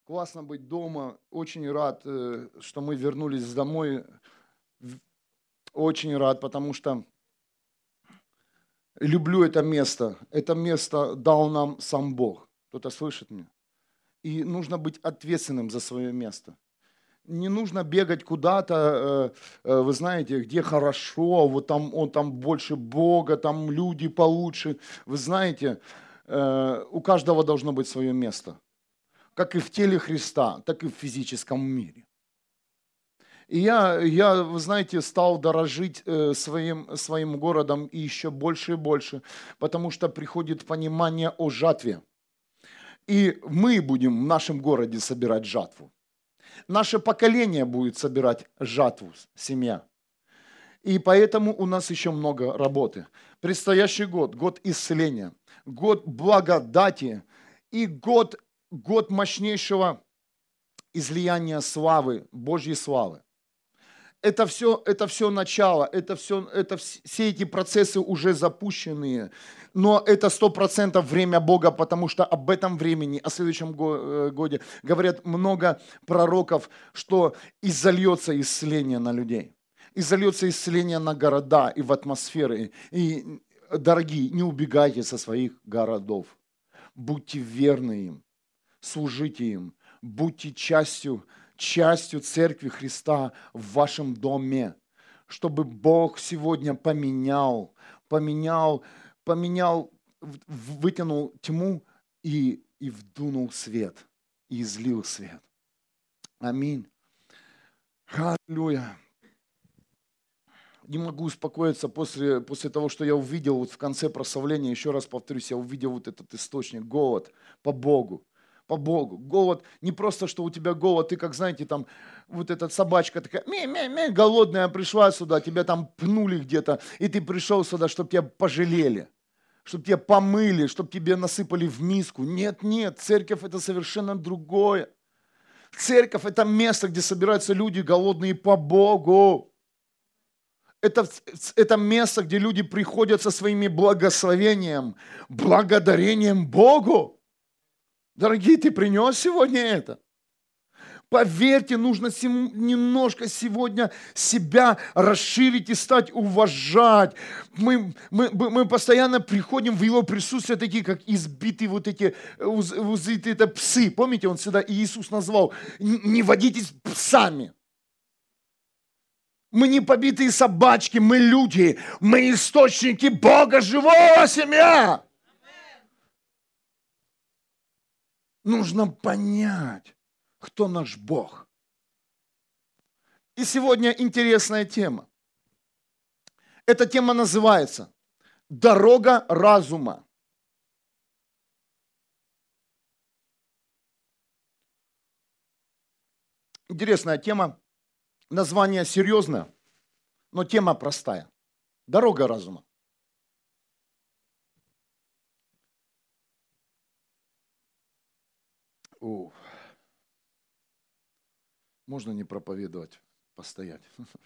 Классно быть дома. Очень рад, что мы вернулись домой. Очень рад, потому что люблю это место. Это место дал нам сам Бог. Кто-то слышит меня? И нужно быть ответственным за свое место. Не нужно бегать куда-то, вы знаете, где хорошо, вот там, там больше Бога, там люди получше. Вы знаете, у каждого должно быть свое место. Как и в теле Христа, так и в физическом мире. И я, вы знаете, стал дорожить своим городом и еще больше и больше, потому что приходит понимание о жатве. И мы будем в нашем городе собирать жатву. Наше поколение будет собирать жатву, семья. И поэтому у нас еще много работы. Предстоящий год, год исцеления, год благодати и год мощнейшего излияния славы, Божьей славы. Это все начало, все эти процессы уже запущенные, но это 100% время Бога, потому что об этом времени, о следующем годе говорят много пророков, что изольется исцеление на людей, изольется исцеление на города и в атмосферы. И, дорогие, не убегайте со своих городов, будьте верны им, служите им, будьте частью Церкви Христа в вашем доме, чтобы Бог сегодня вытянул тьму и вдунул свет, и излил свет. Аминь. Аллилуйя. Не могу успокоиться после того, что я увидел вот в конце прославления, еще раз повторюсь, я увидел вот этот источник, голод по Богу. По Богу. Голод, не просто, что у тебя голод, ты как, знаете, там, вот эта собачка такая, голодная пришла сюда, тебя там пнули где-то, и ты пришел сюда, чтобы тебя пожалели, чтобы тебя помыли, чтобы тебе насыпали в миску. Нет, церковь это совершенно другое. Церковь это место, где собираются люди, голодные по Богу. Это место, где люди приходят со своими благословением, благодарением Богу. Дорогие, ты принес сегодня это? Поверьте, нужно немножко сегодня себя расширить и стать уважать. Мы постоянно приходим в Его присутствие, такие как избитые вот эти это псы. Помните, Он всегда Иисус назвал, не водитесь псами. Мы не побитые собачки, мы люди, мы источники Бога живого, семья. Нужно понять, кто наш Бог. И сегодня интересная тема. Эта тема называется «Дорога разума». Интересная тема. Название серьезное, но тема простая. Дорога разума. Можно не проповедовать, постоять.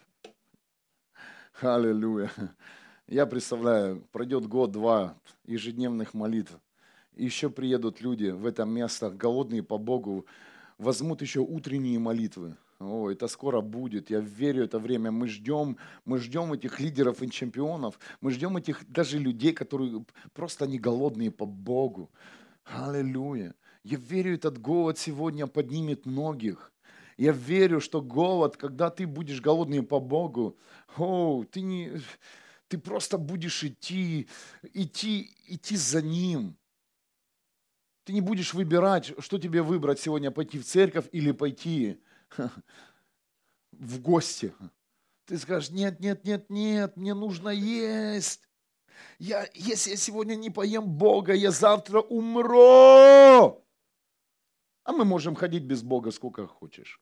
Аллилуйя. Я представляю, пройдет год-два ежедневных молитв. И еще приедут люди в это место, голодные по Богу, возьмут еще утренние молитвы. О, это скоро будет, я верю, это время. Мы ждем этих лидеров и чемпионов, мы ждем этих даже людей, которые просто не голодные по Богу. Аллилуйя. Я верю, этот голод сегодня поднимет многих. Я верю, что голод, когда ты будешь голодный по Богу, ты просто будешь идти за Ним. Ты не будешь выбирать, что тебе выбрать сегодня, пойти в церковь или пойти в гости. Ты скажешь, нет, мне нужно есть. Если я сегодня не поем Бога, я завтра умру. А мы можем ходить без Бога сколько хочешь.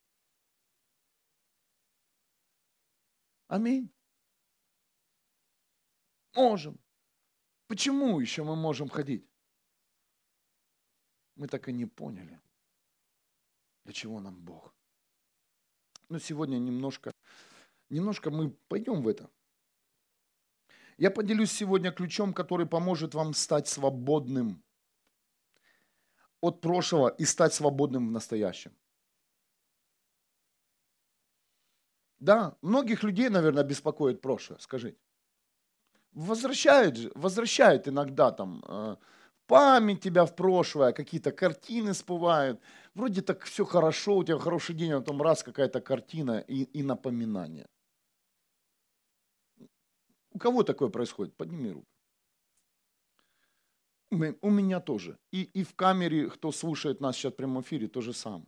Аминь. Можем. Почему еще мы можем ходить? Мы так и не поняли, для чего нам Бог. Но сегодня немножко мы пойдем в это. Я поделюсь сегодня ключом, который поможет вам стать свободным от прошлого и стать свободным в настоящем. Да, многих людей, наверное, беспокоит прошлое, скажите. Возвращает иногда там память тебя в прошлое, какие-то картины всплывают. Вроде так все хорошо, у тебя хороший день, а потом раз какая-то картина и напоминание. У кого такое происходит? Подними руку. У меня тоже. И в камере, кто слушает нас сейчас в прямом эфире, то же самое.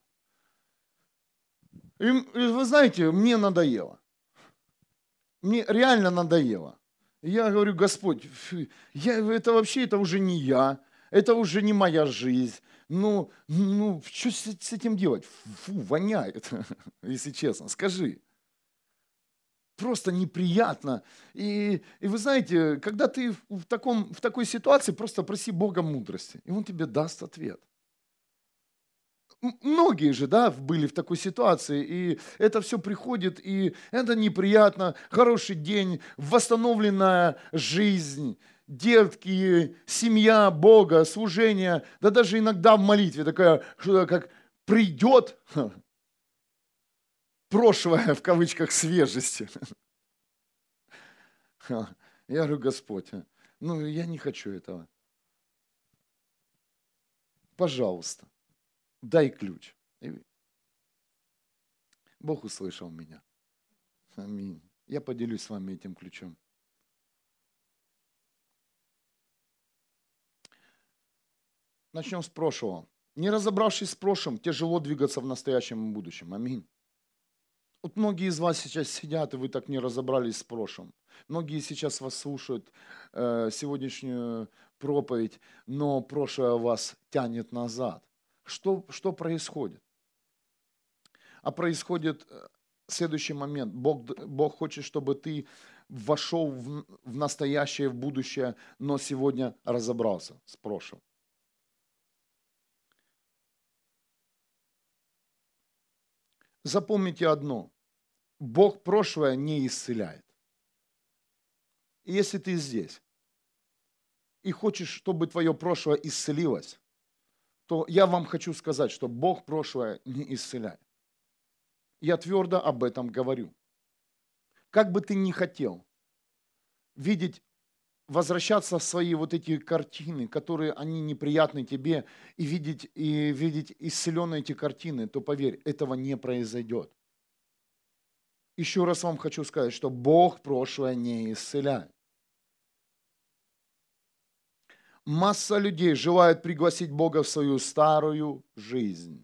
И вы знаете, мне надоело. Мне реально надоело. Я говорю, Господь, это уже не я, это уже не моя жизнь. Ну, что с этим делать? Фу, воняет, если честно, скажи. Просто неприятно. И вы знаете, когда ты в такой ситуации, просто проси Бога мудрости, и Он тебе даст ответ. Многие же, да, были в такой ситуации, и это все приходит, и это неприятно, хороший день, восстановленная жизнь, детки, семья, Бога, служение, да даже иногда в молитве такая, как придет прошлое, в кавычках, свежести. Я говорю, Господь, я не хочу этого. Пожалуйста. Дай ключ. Бог услышал меня. Аминь. Я поделюсь с вами этим ключом. Начнем с прошлого. Не разобравшись с прошлым, тяжело двигаться в настоящем и будущем. Аминь. Вот многие из вас сейчас сидят, и вы так не разобрались с прошлым. Многие сейчас вас слушают сегодняшнюю проповедь, но прошлое вас тянет назад. Что происходит? А происходит следующий момент. Бог хочет, чтобы ты вошел в настоящее, в будущее, но сегодня разобрался с прошлым. Запомните одно. Бог прошлое не исцеляет. И если ты здесь и хочешь, чтобы твое прошлое исцелилось, то я вам хочу сказать, что Бог прошлое не исцеляет. Я твердо об этом говорю. Как бы ты ни хотел возвращаться в свои вот эти картины, которые они неприятны тебе, и видеть исцеленные эти картины, то поверь, этого не произойдет. Еще раз вам хочу сказать, что Бог прошлое не исцеляет. Масса людей желает пригласить Бога в свою старую жизнь.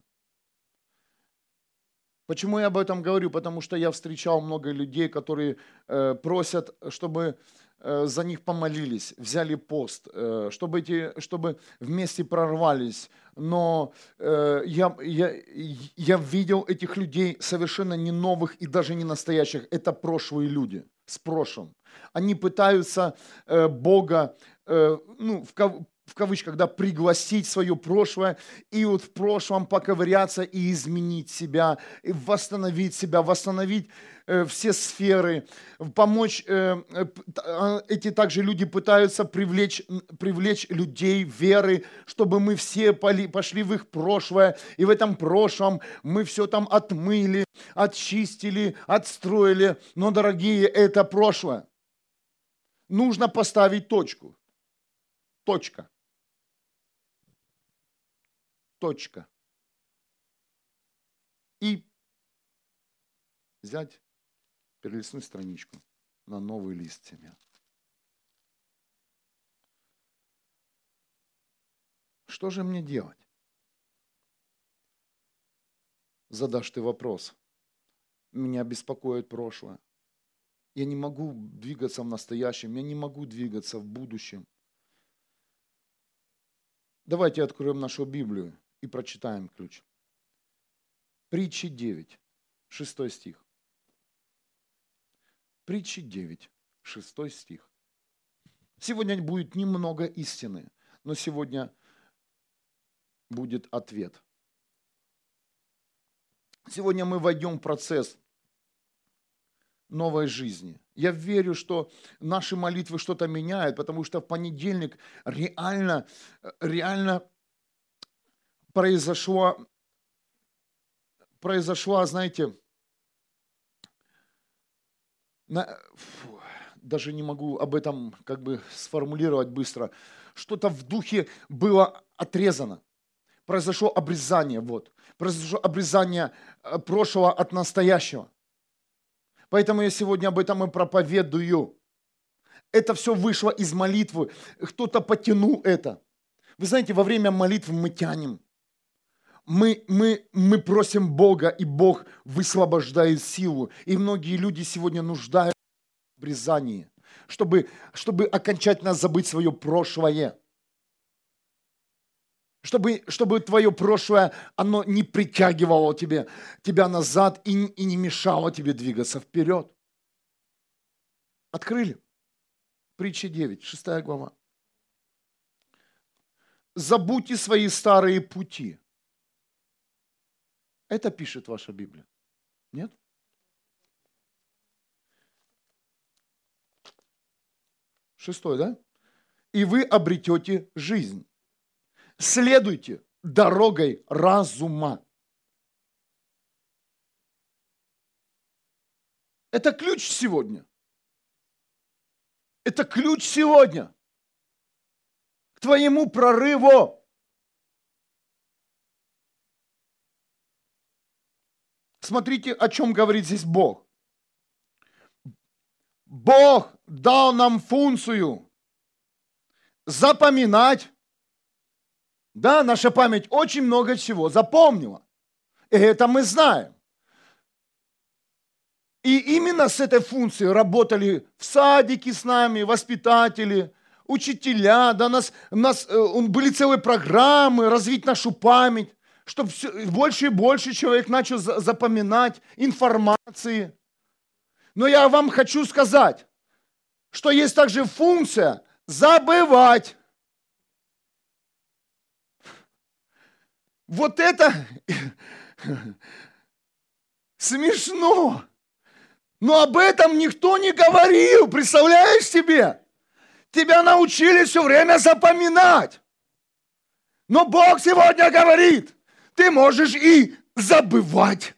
Почему я об этом говорю? Потому что я встречал много людей, которые просят, чтобы за них помолились, взяли пост, чтобы вместе прорвались. Но я видел этих людей совершенно не новых и даже не настоящих. Это прошлые люди с прошлым. Они пытаются Бога, в кавычках, да, пригласить свое прошлое и вот в прошлом поковыряться и изменить себя, и восстановить себя, восстановить все сферы, помочь. Эти также люди пытаются привлечь людей веры, чтобы мы все пошли в их прошлое, и в этом прошлом мы все там отмыли, очистили, отстроили. Но, дорогие, это прошлое. Нужно поставить точку. Точка. Точка. И взять, перелистнуть страничку на новый лист себе. Что же мне делать? Задашь ты вопрос. Меня беспокоит прошлое. Я не могу двигаться в настоящем, я не могу двигаться в будущем. Давайте откроем нашу Библию и прочитаем ключ. Притчи 9, 6 стих. Притчи 9, 6 стих. Сегодня будет немного истины, но сегодня будет ответ. Сегодня мы войдем в процесс новой жизни. Я верю, что наши молитвы что-то меняют, потому что в понедельник реально произошла, знаете, даже не могу об этом как бы сформулировать быстро. Что-то в духе было отрезано. Произошло обрезание, вот. Произошло обрезание прошлого от настоящего. Поэтому я сегодня об этом и проповедую. Это все вышло из молитвы. Кто-то потянул это. Вы знаете, во время молитвы мы тянем. Мы просим Бога, и Бог высвобождает силу. И многие люди сегодня нуждаются в обрезании, чтобы окончательно забыть свое прошлое. Чтобы твое прошлое, оно не притягивало тебя назад и не мешало тебе двигаться вперед. Открыли? Притча 9, 6 глава. Забудьте свои старые пути. Это пишет ваша Библия. Нет? Шестой, да? И вы обретете жизнь. Следуйте дорогой разума. Это ключ сегодня. Это ключ сегодня к твоему прорыву. Смотрите, о чем говорит здесь Бог. Бог дал нам функцию запоминать. Да, наша память очень много чего запомнила. И это мы знаем. И именно с этой функцией работали в садике с нами, воспитатели, учителя. Да, у нас были целые программы развить нашу память, чтобы больше и больше человек начал запоминать информации. Но я вам хочу сказать, что есть также функция забывать. Вот это смешно. Но об этом никто не говорил. Представляешь себе? Тебя научили все время запоминать. Но Бог сегодня говорит, ты можешь и забывать.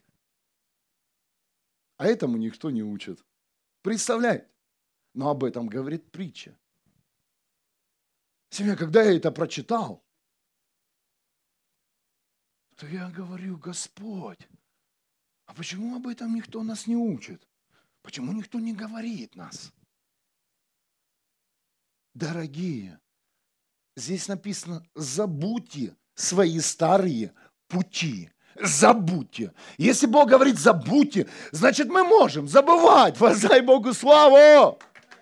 А этому никто не учит. Представляете? Но об этом говорит притча. Сегодня, когда я это прочитал, то я говорю, Господь, а почему об этом никто нас не учит? Почему никто не говорит нас? Дорогие, здесь написано, забудьте свои старые пути. Забудьте. Если Бог говорит забудьте, значит мы можем забывать. Воздай Богу славу.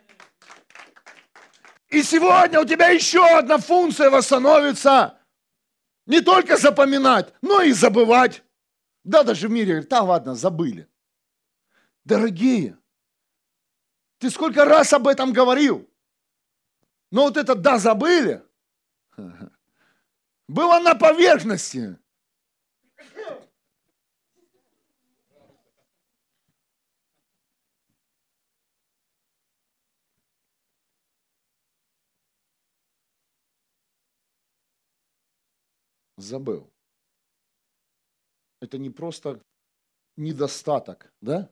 И сегодня у тебя еще одна функция восстановится. Не только запоминать, но и забывать. Да, даже в мире говорят, да ладно, забыли. Дорогие, ты сколько раз об этом говорил? Но вот это «да, забыли» было на поверхности. Забыл. Это не просто недостаток, да?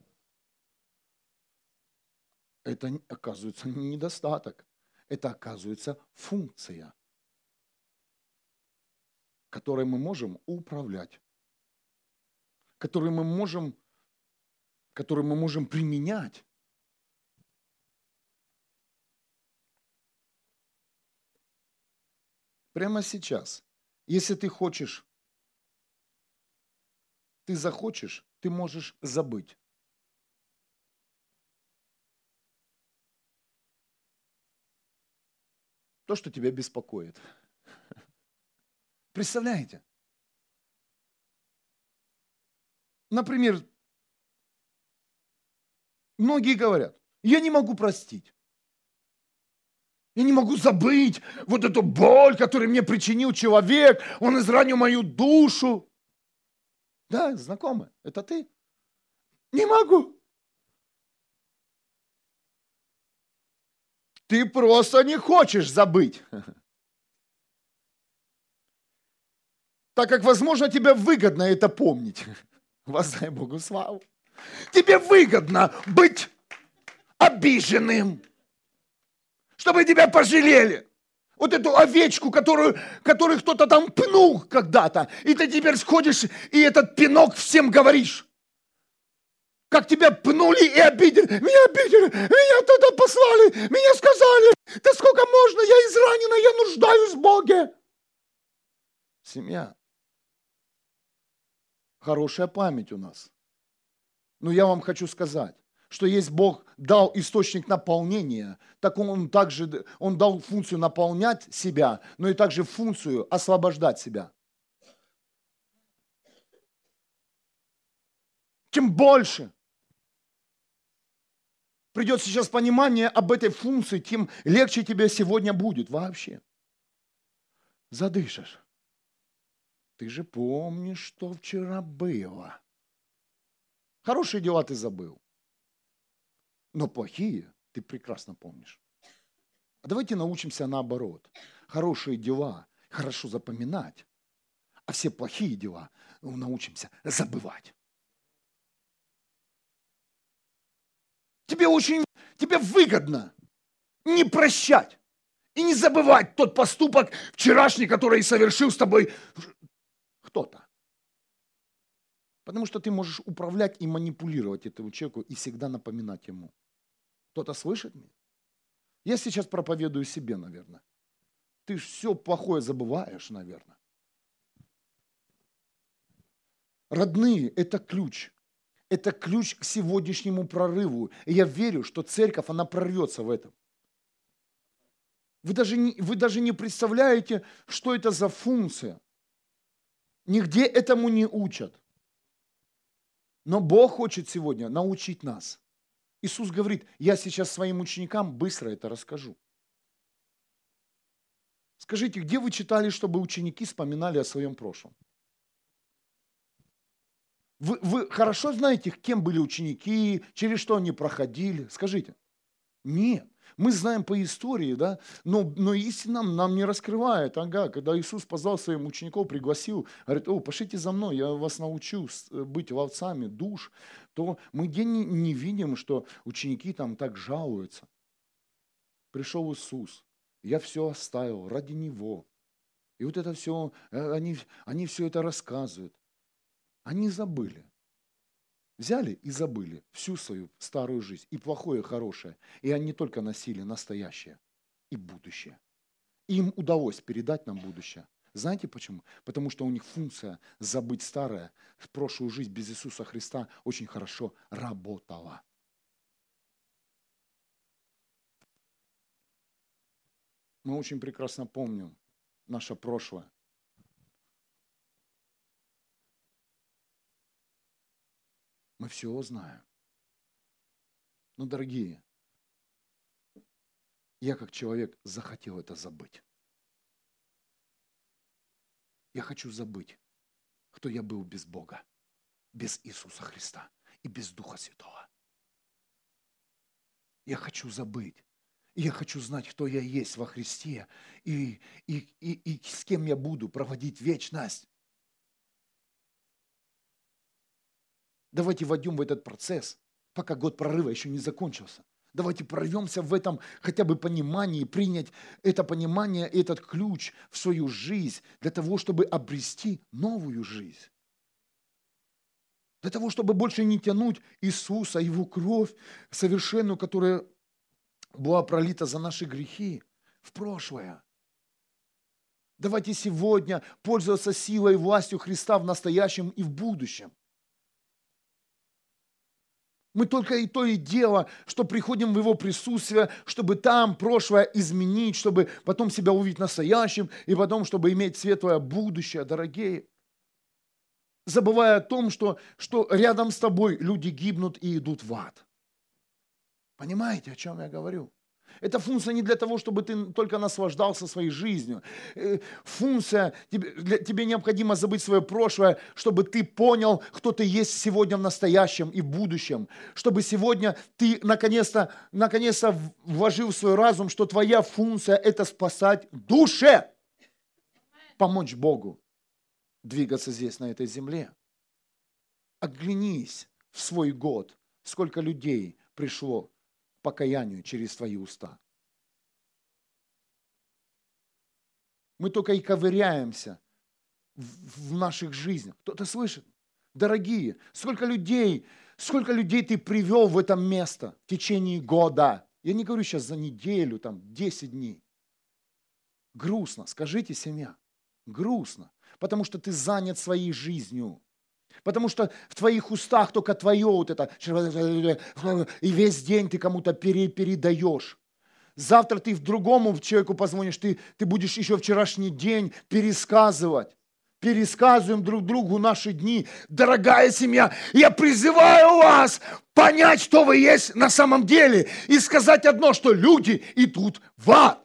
Это, оказывается, не недостаток. Это, оказывается, функция, которой мы можем управлять, которую мы можем применять. Прямо сейчас, если ты хочешь, ты захочешь, ты можешь забыть. То, что тебя беспокоит. Представляете? Например, многие говорят, я не могу простить. Я не могу забыть вот эту боль, которую мне причинил человек. Он изранил мою душу. Да, знакомый, это ты? Не могу. Ты просто не хочешь забыть. Так как, возможно, тебе выгодно это помнить. Воздай Богу славу. Тебе выгодно быть обиженным, чтобы тебя пожалели. Вот эту овечку, которую кто-то там пнул когда-то, и ты теперь сходишь и этот пинок всем говоришь. Как тебя пнули и обидели. Меня туда послали, меня сказали, да сколько можно, я изранена, я нуждаюсь в Боге. Семья. Хорошая память у нас. Но я вам хочу сказать, что есть Бог дал источник наполнения, так он дал функцию наполнять себя, но и также функцию освобождать себя. Чем больше придет сейчас понимание об этой функции, тем легче тебе сегодня будет вообще. Задышишь. Ты же помнишь, что вчера было. Хорошие дела ты забыл. Но плохие ты прекрасно помнишь. А давайте научимся наоборот. Хорошие дела хорошо запоминать, а все плохие дела научимся забывать. Тебе выгодно не прощать и не забывать тот поступок вчерашний, который совершил с тобой кто-то. Потому что ты можешь управлять и манипулировать этому человеку и всегда напоминать ему. Кто-то слышит меня? Я сейчас проповедую себе, наверное. Ты все плохое забываешь, наверное. Родные – это ключ. Это ключ к сегодняшнему прорыву. И я верю, что церковь, она прорвется в этом. Вы даже не представляете, что это за функция. Нигде этому не учат. Но Бог хочет сегодня научить нас. Иисус говорит, я сейчас своим ученикам быстро это расскажу. Скажите, где вы читали, чтобы ученики вспоминали о своем прошлом? Вы хорошо знаете, кем были ученики, через что они проходили? Скажите. Нет. Мы знаем по истории, да, но истина нам не раскрывает. Ага, когда Иисус позвал своих учеников, пригласил, говорит, пошлите за мной, я вас научу быть ловцами душ, то мы где не видим, что ученики там так жалуются. Пришел Иисус, я все оставил ради Него. И вот это все, они все это рассказывают. Они забыли. Взяли и забыли всю свою старую жизнь, и плохое, и хорошее. И они только носили настоящее и будущее. Им удалось передать нам будущее. Знаете почему? Потому что у них функция забыть старое, прошлую жизнь без Иисуса Христа очень хорошо работала. Мы очень прекрасно помним наше прошлое. Мы все знаем. Но, дорогие, я как человек захотел это забыть. Я хочу забыть, кто я был без Бога, без Иисуса Христа и без Духа Святого. Я хочу забыть. И я хочу знать, кто я есть во Христе и с кем я буду проводить вечность. Давайте войдем в этот процесс, пока год прорыва еще не закончился. Давайте прорвемся в этом хотя бы понимании, принять это понимание, этот ключ в свою жизнь для того, чтобы обрести новую жизнь. Для того, чтобы больше не тянуть Иисуса, Его кровь совершенную, которая была пролита за наши грехи в прошлое. Давайте сегодня пользоваться силой и властью Христа в настоящем и в будущем. Мы только и то и дело, что приходим в Его присутствие, чтобы там прошлое изменить, чтобы потом себя увидеть настоящим, и потом, чтобы иметь светлое будущее, дорогие. Забывая о том, что рядом с тобой люди гибнут и идут в ад. Понимаете, о чем я говорю? Эта функция не для того, чтобы ты только наслаждался своей жизнью. Функция, тебе необходимо забыть свое прошлое, чтобы ты понял, кто ты есть сегодня в настоящем и в будущем. Чтобы сегодня ты наконец-то вложил в свой разум, что твоя функция – это спасать душе, помочь Богу. двигаться здесь, на этой земле. Оглянись в свой год, сколько людей пришло к покаянию через твои уста. Мы только и ковыряемся в наших жизнях. Кто-то слышит? Дорогие, сколько людей ты привел в это место в течение года? Я не говорю сейчас за неделю, 10 дней. Грустно, скажите, семья, грустно, потому что ты занят своей жизнью. Потому что в твоих устах только твое вот это, и весь день ты кому-то передаешь. Завтра ты другому человеку позвонишь, ты будешь еще вчерашний день пересказывать. Пересказываем друг другу наши дни. Дорогая семья, я призываю вас понять, что вы есть на самом деле, и сказать одно, что люди идут в ад.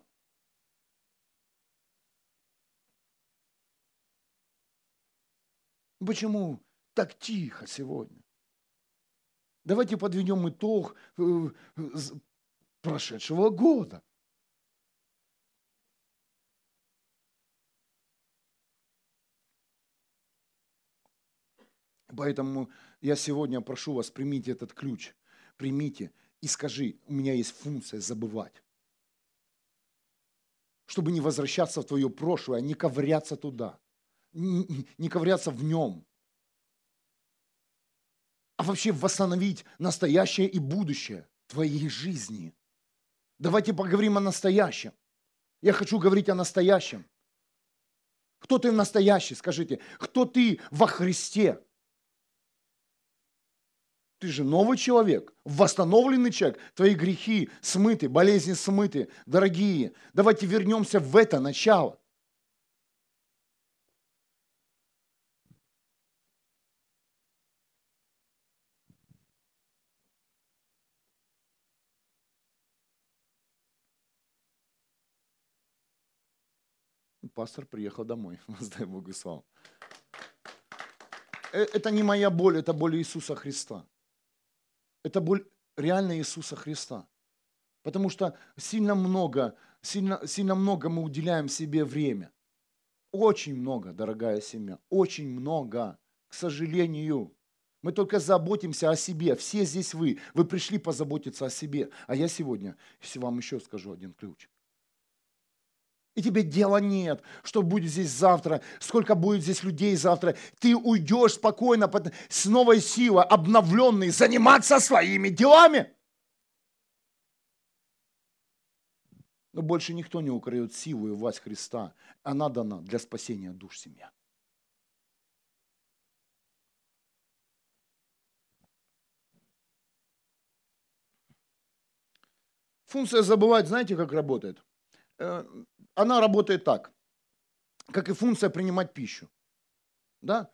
Почему так тихо сегодня? Давайте подведем итог прошедшего года. Поэтому я сегодня прошу вас, примите этот ключ, примите и скажи, у меня есть функция забывать. Чтобы не возвращаться в твое прошлое, не ковыряться туда, не ковыряться в нем, а вообще восстановить настоящее и будущее твоей жизни. Давайте поговорим о настоящем. Я хочу говорить о настоящем. Кто ты в настоящем, скажите, кто ты во Христе? Ты же новый человек, восстановленный человек. Твои грехи смыты, болезни смыты. Дорогие, давайте вернемся в это начало. Пастор приехал домой. Воздай Богу славу. Это не моя боль, это боль Иисуса Христа. Это боль реально Иисуса Христа. Потому что сильно много мы уделяем себе время. Очень много, дорогая семья, очень много, к сожалению. Мы только заботимся о себе. Все здесь вы пришли позаботиться о себе. А я сегодня вам еще скажу один ключ. И тебе дела нет, что будет здесь завтра, сколько будет здесь людей завтра. Ты уйдешь спокойно, с новой силой, обновленный, заниматься своими делами. Но больше никто не украдет силу и власть Христа. Она дана для спасения душ семья. Функция забывать, знаете, как работает? Она работает так, как и функция принимать пищу. Да?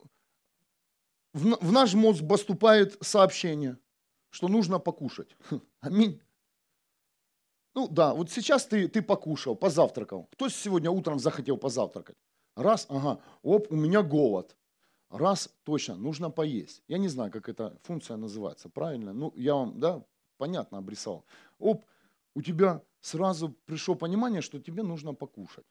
В наш мозг поступает сообщение, что нужно покушать. Аминь. Ну да, вот сейчас ты покушал, позавтракал. Кто сегодня утром захотел позавтракать? Раз, ага, оп, у меня голод. Раз, точно, нужно поесть. Я не знаю, как эта функция называется, правильно? Ну, я вам, да, понятно обрисовал. Оп, у тебя сразу пришло понимание, что тебе нужно покушать.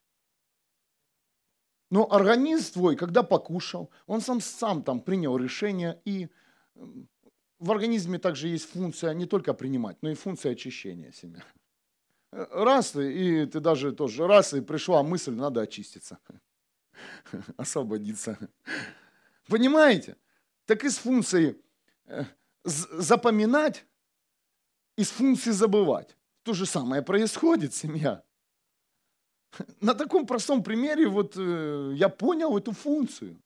Но организм твой, когда покушал, он сам там принял решение, и в организме также есть функция не только принимать, но и функция очищения себя. Раз, и ты даже тоже раз, и пришла мысль, надо очиститься, освободиться. Понимаете? Так из функции запоминать, из функции забывать. То же самое происходит, семья. На таком простом примере вот я понял эту функцию.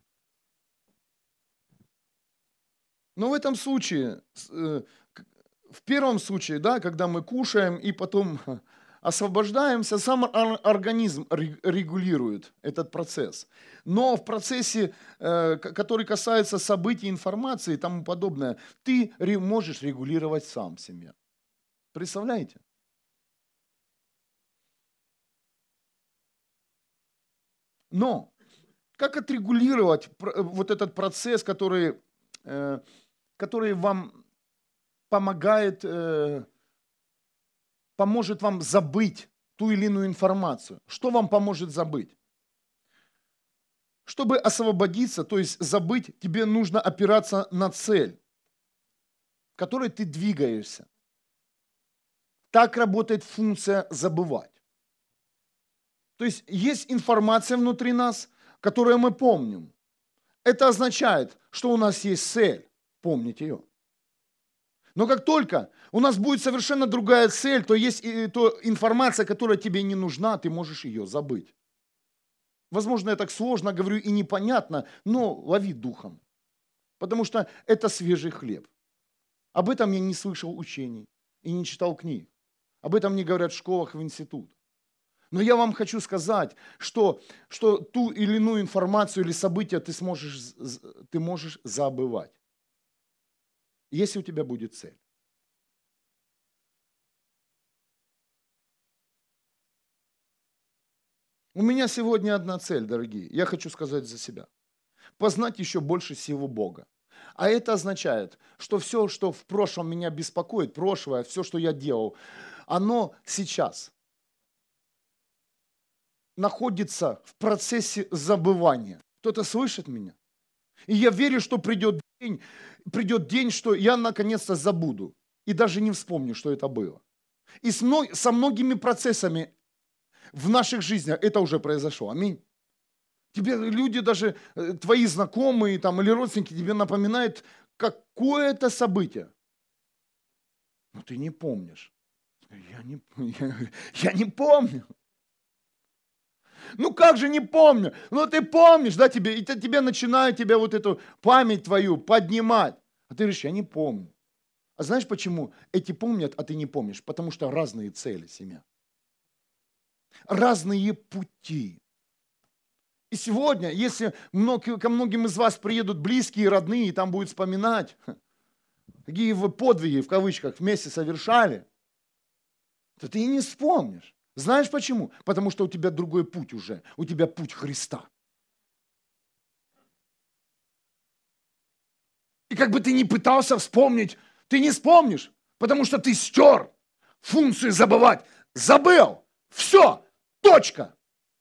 Но в этом случае, в первом случае, да, когда мы кушаем и потом освобождаемся, сам организм регулирует этот процесс. Но в процессе, который касается событий, информации и тому подобное, ты можешь регулировать сам себя. Представляете? Но как отрегулировать вот этот процесс, который вам помогает, поможет вам забыть ту или иную информацию? Что вам поможет забыть? Чтобы освободиться, то есть забыть, тебе нужно опираться на цель, к которой ты двигаешься. Так работает функция забывать. То есть есть информация внутри нас, которую мы помним. Это означает, что у нас есть цель, помнить ее. Но как только у нас будет совершенно другая цель, то есть то информация, которая тебе не нужна, ты можешь ее забыть. Возможно, я так сложно говорю и непонятно, но лови духом. Потому что это свежий хлеб. Об этом я не слышал учений и не читал книг. Об этом не говорят в школах и в институтах. Но я вам хочу сказать, что ту или иную информацию или события ты можешь забывать, если у тебя будет цель. У меня сегодня одна цель, дорогие. Я хочу сказать за себя. Познать еще больше силу Бога. А это означает, что все, что в прошлом меня беспокоит, прошлое, все, что я делал, оно сейчас находится в процессе забывания. Кто-то слышит меня? И я верю, что придет день, что я наконец-то забуду. И даже не вспомню, что это было. И со многими процессами в наших жизнях это уже произошло. Аминь. Тебе люди, даже твои знакомые там, или родственники тебе напоминают какое-то событие. Но ты не помнишь. Я не помню. Ну как же не помню? Ну ты помнишь, да, тебе начинают тебя вот эту память твою поднимать. А ты говоришь, я не помню. А знаешь почему? Эти помнят, а ты не помнишь. Потому что разные цели, семья. Разные пути. И сегодня, если ко многим из вас приедут близкие, родные, и там будут вспоминать, какие вы подвиги, в кавычках, вместе совершали, то ты и не вспомнишь. Знаешь почему? Потому что у тебя другой путь уже. У тебя путь Христа. И как бы ты ни пытался вспомнить, ты не вспомнишь, потому что ты стер функцию забывать. Забыл. Все. Точка.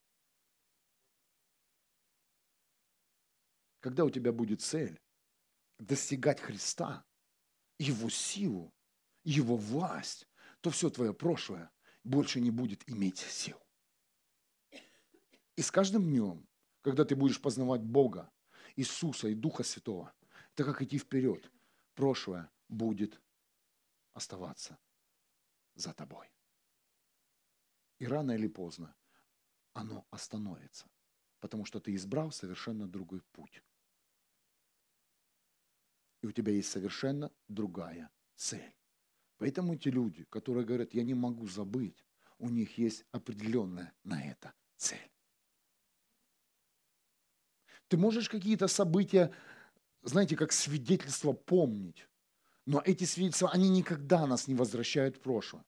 Когда у тебя будет цель достигать Христа, Его силу, Его власть, то все твое прошлое больше не будет иметь сил. И с каждым днем, когда ты будешь познавать Бога, Иисуса и Духа Святого, это как идти вперед. Прошлое будет оставаться за тобой. И рано или поздно оно остановится, потому что ты избрал совершенно другой путь. И у тебя есть совершенно другая цель. Поэтому те люди, которые говорят, я не могу забыть, у них есть определенная на это цель. Ты можешь какие-то события, знаете, как свидетельство помнить, но эти свидетельства, они никогда нас не возвращают в прошлое.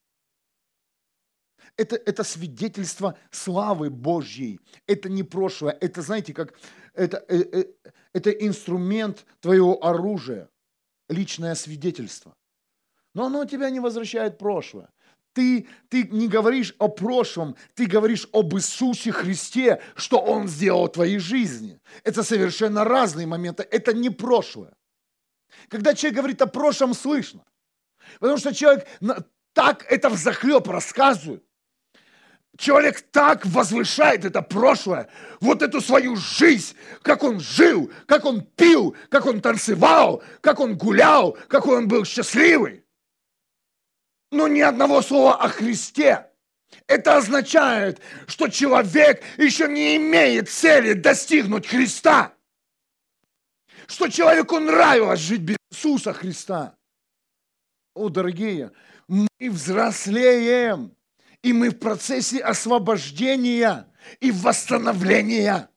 Это свидетельство славы Божьей. Это не прошлое. Это, знаете, как это инструмент твоего оружия, личное свидетельство. Но оно тебя не возвращает в прошлое. Ты не говоришь о прошлом, ты говоришь об Иисусе Христе, что Он сделал в твоей жизни. Это совершенно разные моменты. Это не прошлое. Когда человек говорит о прошлом, слышно. Потому что человек так это взахлеб рассказывает. Человек так возвышает это прошлое, вот эту свою жизнь, как он жил, как он пил, как он танцевал, как он гулял, какой он был счастливый. Но ни одного слова о Христе. Это означает, что человек еще не имеет цели достигнуть Христа. Что человеку нравилось жить без Иисуса Христа. О, дорогие, мы взрослеем. И мы в процессе освобождения и восстановления.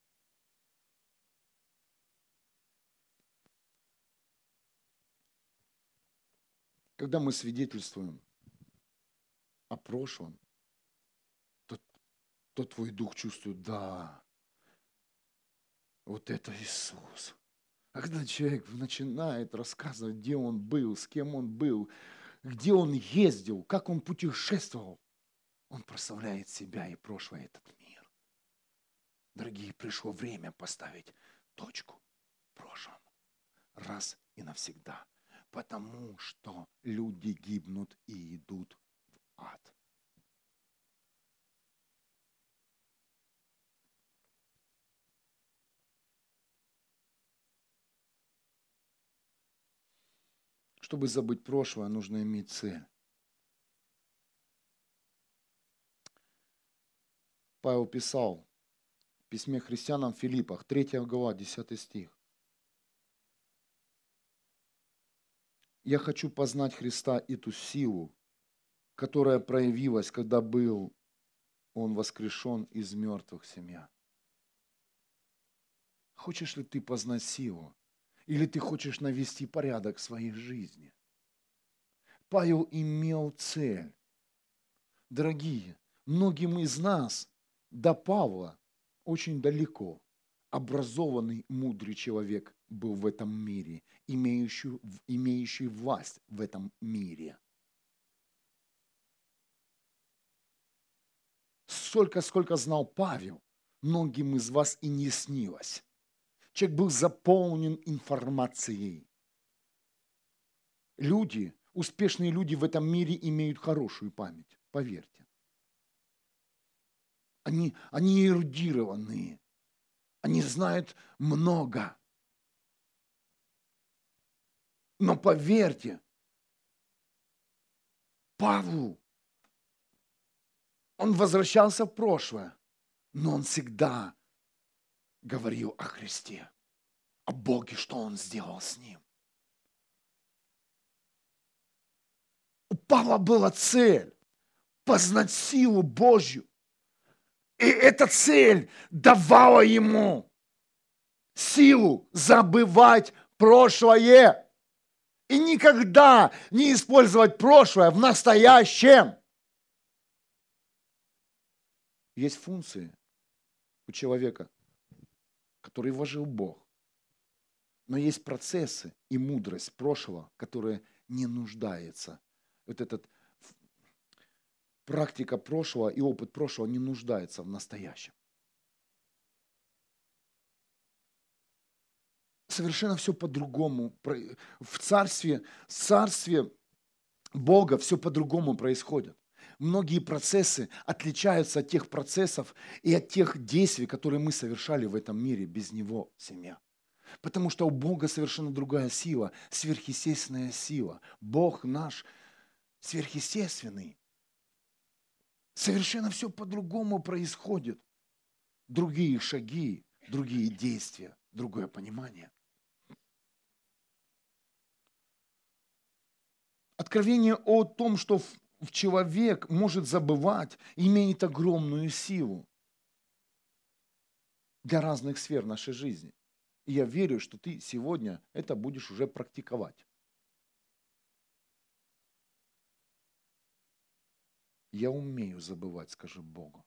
Когда мы свидетельствуем о прошлом, то твой дух чувствует, да, вот это Иисус. А когда человек начинает рассказывать, где он был, с кем он был, где он ездил, как он путешествовал, он прославляет себя и прошлое, этот мир. Дорогие, пришло время поставить точку в прошлом. Раз и навсегда. Потому что люди гибнут и идут в ад. Чтобы забыть прошлое, нужно иметь цель. Павел писал в письме христианам в Филиппах, 3 глава, 10 стих. «Я хочу познать Христа и ту силу, которая проявилась, когда был Он воскрешен из мертвых семья». Хочешь ли ты познать силу? Или ты хочешь навести порядок в своей жизни? Павел имел цель. Дорогие, многим из нас до Павла очень далеко. Образованный, мудрый человек был в этом мире, имеющий власть в этом мире. Сколько знал Павел, многим из вас и не снилось. Человек был заполнен информацией. Успешные люди в этом мире имеют хорошую память, поверьте. Они эрудированные, они знают много. Но поверьте, Павлу, он возвращался в прошлое, но он всегда говорил о Христе, о Боге, что Он сделал с ним. У Павла была цель познать силу Божью. И эта цель давала ему силу забывать прошлое и никогда не использовать прошлое в настоящем. Есть функции у человека, которые вложил Бог. Но есть процессы и мудрость прошлого, которая не нуждается. Практика прошлого и опыт прошлого не нуждается в настоящем. Совершенно все по-другому. В царстве Бога все по-другому происходит. Многие процессы отличаются от тех процессов и от тех действий, которые мы совершали в этом мире без Него, семья. Потому что у Бога совершенно другая сила, сверхъестественная сила. Бог наш сверхъестественный. Совершенно все по-другому происходит. Другие шаги, другие действия, другое понимание. Откровение о том, что человек может забывать, имеет огромную силу для разных сфер нашей жизни. И я верю, что ты сегодня это будешь уже практиковать. Я умею забывать, скажи Богу.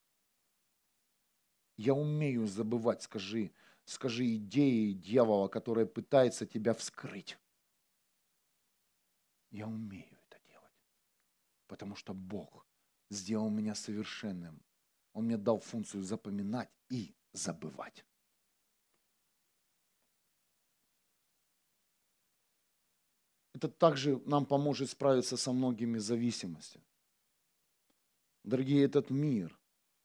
Я умею забывать, скажи идеи дьявола, которая пытается тебя вскрыть. Я умею это делать, потому что Бог сделал меня совершенным. Он мне дал функцию запоминать и забывать. Это также нам поможет справиться со многими зависимостями. Дорогие, этот мир,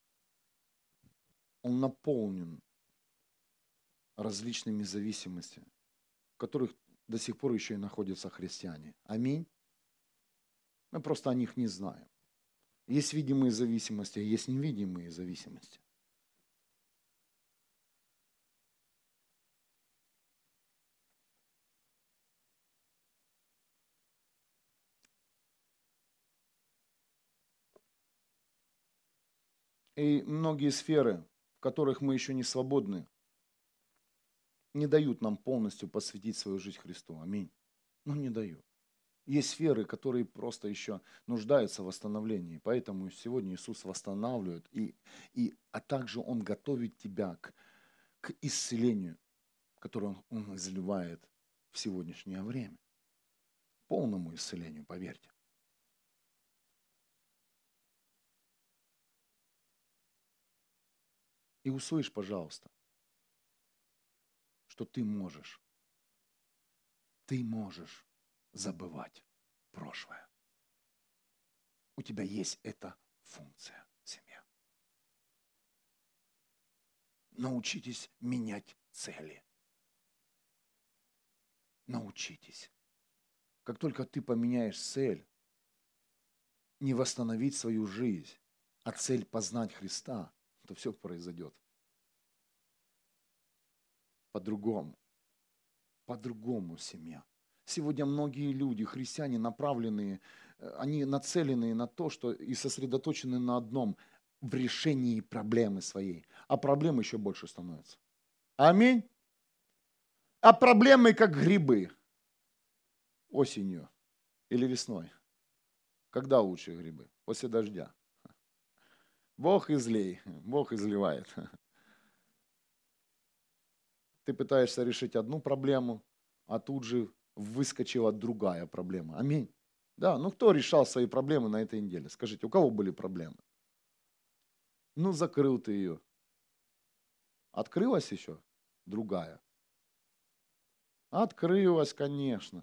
он наполнен различными зависимостями, в которых до сих пор еще и находятся христиане. Аминь. Мы просто о них не знаем. Есть видимые зависимости, а есть невидимые зависимости. И многие сферы, в которых мы еще не свободны, не дают нам полностью посвятить свою жизнь Христу. Аминь. Ну, не дают. Есть сферы, которые просто еще нуждаются в восстановлении. Поэтому сегодня Иисус восстанавливает, а также Он готовит тебя к исцелению, которое Он изливает в сегодняшнее время. Полному исцелению, поверьте. И услышь, пожалуйста, что ты можешь забывать прошлое. У тебя есть эта функция в семье. Научитесь менять цели. Научитесь. Как только ты поменяешь цель, не восстановить свою жизнь, а цель познать Христа, то все произойдет по-другому. По-другому семья. Сегодня многие люди, христиане, направленные, они нацелены на то, что и сосредоточены на одном, в решении проблемы своей. А проблем еще больше становится. Аминь. А проблемы как грибы. Осенью или весной. Когда лучше грибы? После дождя. Бог излей, Бог изливает. Ты пытаешься решить одну проблему, а тут же выскочила другая проблема. Аминь. Да, ну кто решал свои проблемы на этой неделе? Скажите, у кого были проблемы? Ну, закрыл ты ее. Открылась еще другая? Открылась, конечно.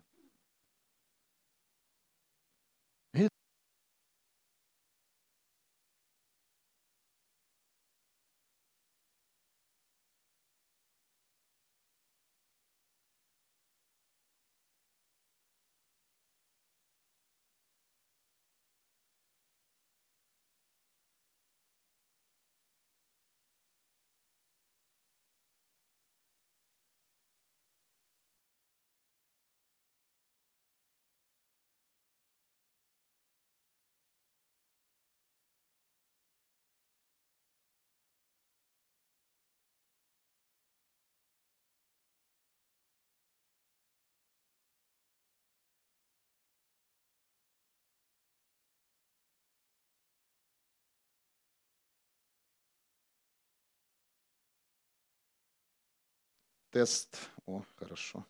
Тест. О, хорошо.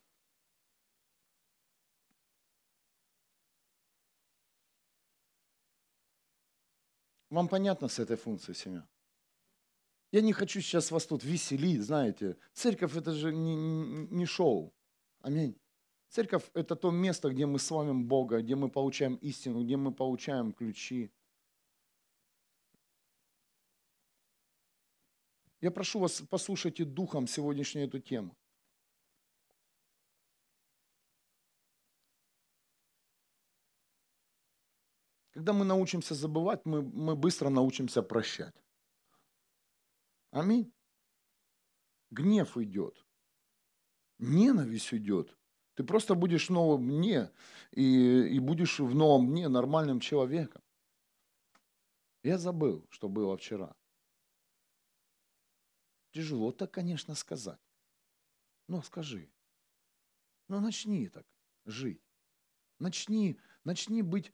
Вам понятно с этой функцией, семья? Я не хочу сейчас вас тут веселить, знаете. Церковь это же не шоу. Аминь. Церковь это то место, где мы славим Бога, где мы получаем истину, где мы получаем ключи. Я прошу вас, послушайте духом сегодняшнюю эту тему. Когда мы научимся забывать, мы быстро научимся прощать. Аминь. Гнев уйдет. Ненависть уйдет. Ты просто будешь в новом дне и будешь в новом дне нормальным человеком. Я забыл, что было вчера. Тяжело так, конечно, сказать. Но скажи. Но начни так жить. Начни быть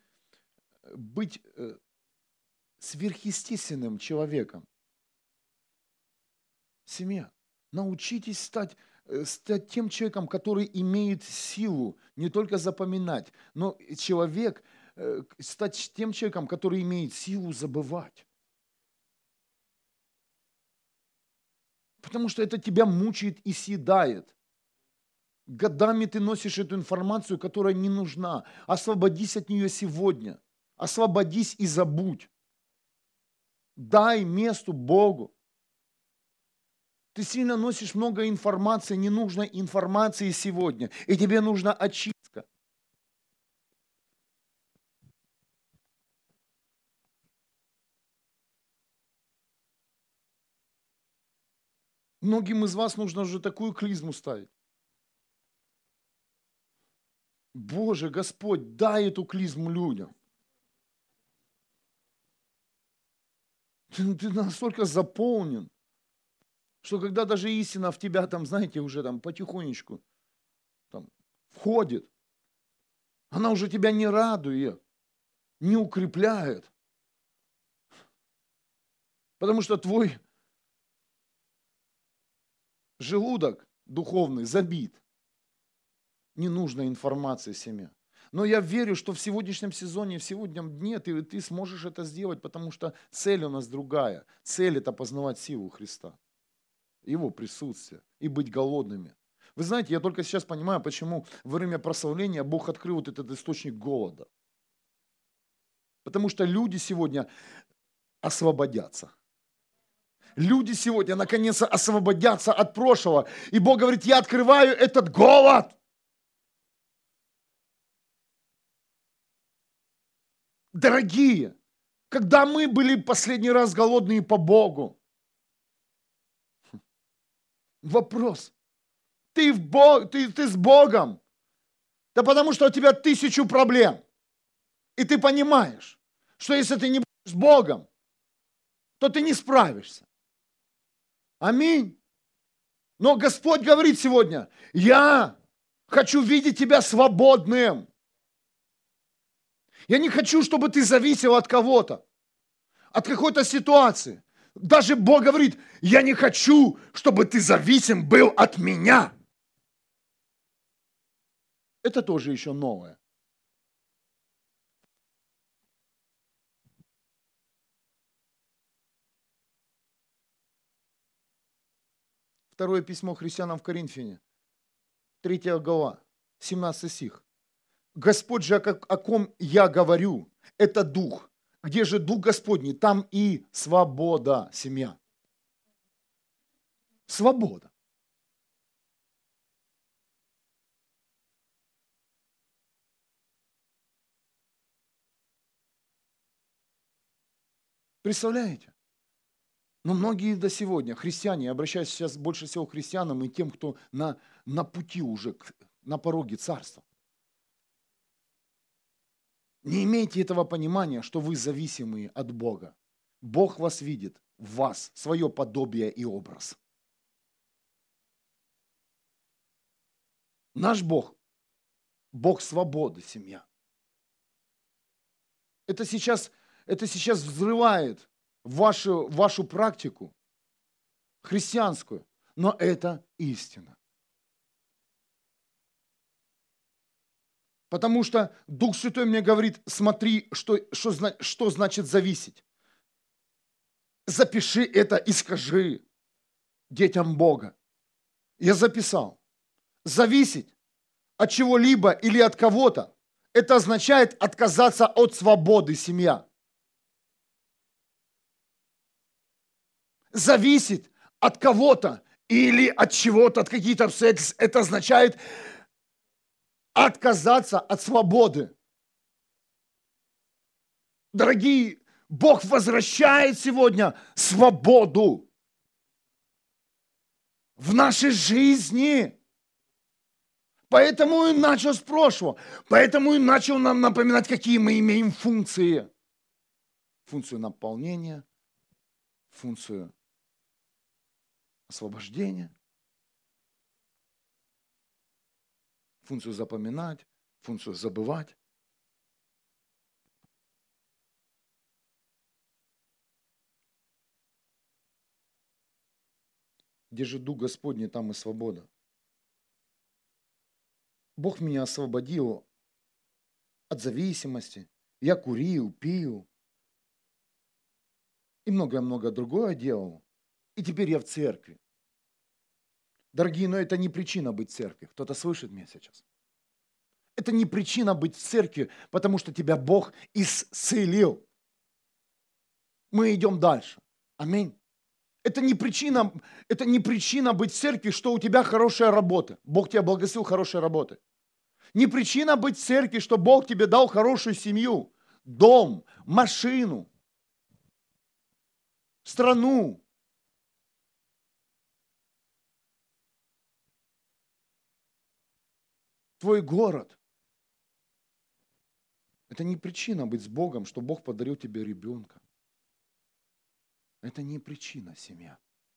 сверхъестественным человеком. Семья. Научитесь стать тем человеком, который имеет силу не только запоминать, но стать тем человеком, который имеет силу забывать. Потому что это тебя мучает и съедает. Годами ты носишь эту информацию, которая не нужна. Освободись от нее сегодня. Освободись и забудь. Дай месту Богу. Ты сильно носишь много информации, ненужной информации сегодня. И тебе нужна очистка. Многим из вас нужно уже такую клизму ставить. Боже, Господь, дай эту клизму людям. Ты настолько заполнен, что когда даже истина в тебя там, знаете, уже там потихонечку там входит, она уже тебя не радует, не укрепляет. Потому что твой желудок духовный забит ненужной информацией семья. Но я верю, что в сегодняшнем сезоне, в сегодняшнем дне ты сможешь это сделать, потому что цель у нас другая. Цель – это познавать силу Христа. Его присутствие и быть голодными. Вы знаете, я только сейчас понимаю, почему во время прославления Бог открыл вот этот источник голода. Потому что люди сегодня освободятся. Люди сегодня наконец-то освободятся от прошлого. И Бог говорит, я открываю этот голод. Дорогие, когда мы были последний раз голодные по Богу? Вопрос. Ты с Богом? Да потому что у тебя 1000 проблем. И ты понимаешь, что если ты не будешь с Богом, то ты не справишься. Аминь. Но Господь говорит сегодня, я хочу видеть тебя свободным. Я не хочу, чтобы ты зависел от кого-то, от какой-то ситуации. Даже Бог говорит, я не хочу, чтобы ты зависим был от меня. Это тоже еще новое. Второе письмо христианам в Коринфяне, 3 глава, 17 стих. Господь же, о ком я говорю, это Дух. Где же Дух Господний, там и свобода, семья. Свобода. Представляете? Но многие до сегодня, христиане, я обращаюсь сейчас больше всего к христианам и тем, кто на пути уже, на пороге царства. Не имейте этого понимания, что вы зависимые от Бога. Бог вас видит, в вас, свое подобие и образ. Наш Бог, Бог свободы, семья. Это сейчас взрывает вашу практику христианскую, но это истина. Потому что Дух Святой мне говорит, смотри, что значит зависеть. Запиши это и скажи детям Бога. Я записал. Зависеть от чего-либо или от кого-то, это означает отказаться от свободы, семья. Зависеть от кого-то или от чего-то, от каких-то обстоятельств, это означает отказаться от свободы. Дорогие, Бог возвращает сегодня свободу в нашей жизни. Поэтому и начал с прошлого. Поэтому и начал нам напоминать, какие мы имеем функции. Функцию наполнения, функцию освобождения, функцию запоминать, функцию забывать. Где же Дух Господний, там и свобода. Бог меня освободил от зависимости. Я курил, пил и многое-многое другое делал. И теперь я в церкви. Дорогие, но это не причина быть в церкви. Кто-то слышит меня сейчас? Это не причина быть в церкви, потому что тебя Бог исцелил. Мы идем дальше. Аминь. Это не причина быть в церкви, что у тебя хорошая работа. Бог тебя благословил хорошей работой. Не причина быть в церкви, что Бог тебе дал хорошую семью, дом, машину, страну. Твой город. Это не причина быть с Богом, что Бог подарил тебе ребенка. Это не причина, семья.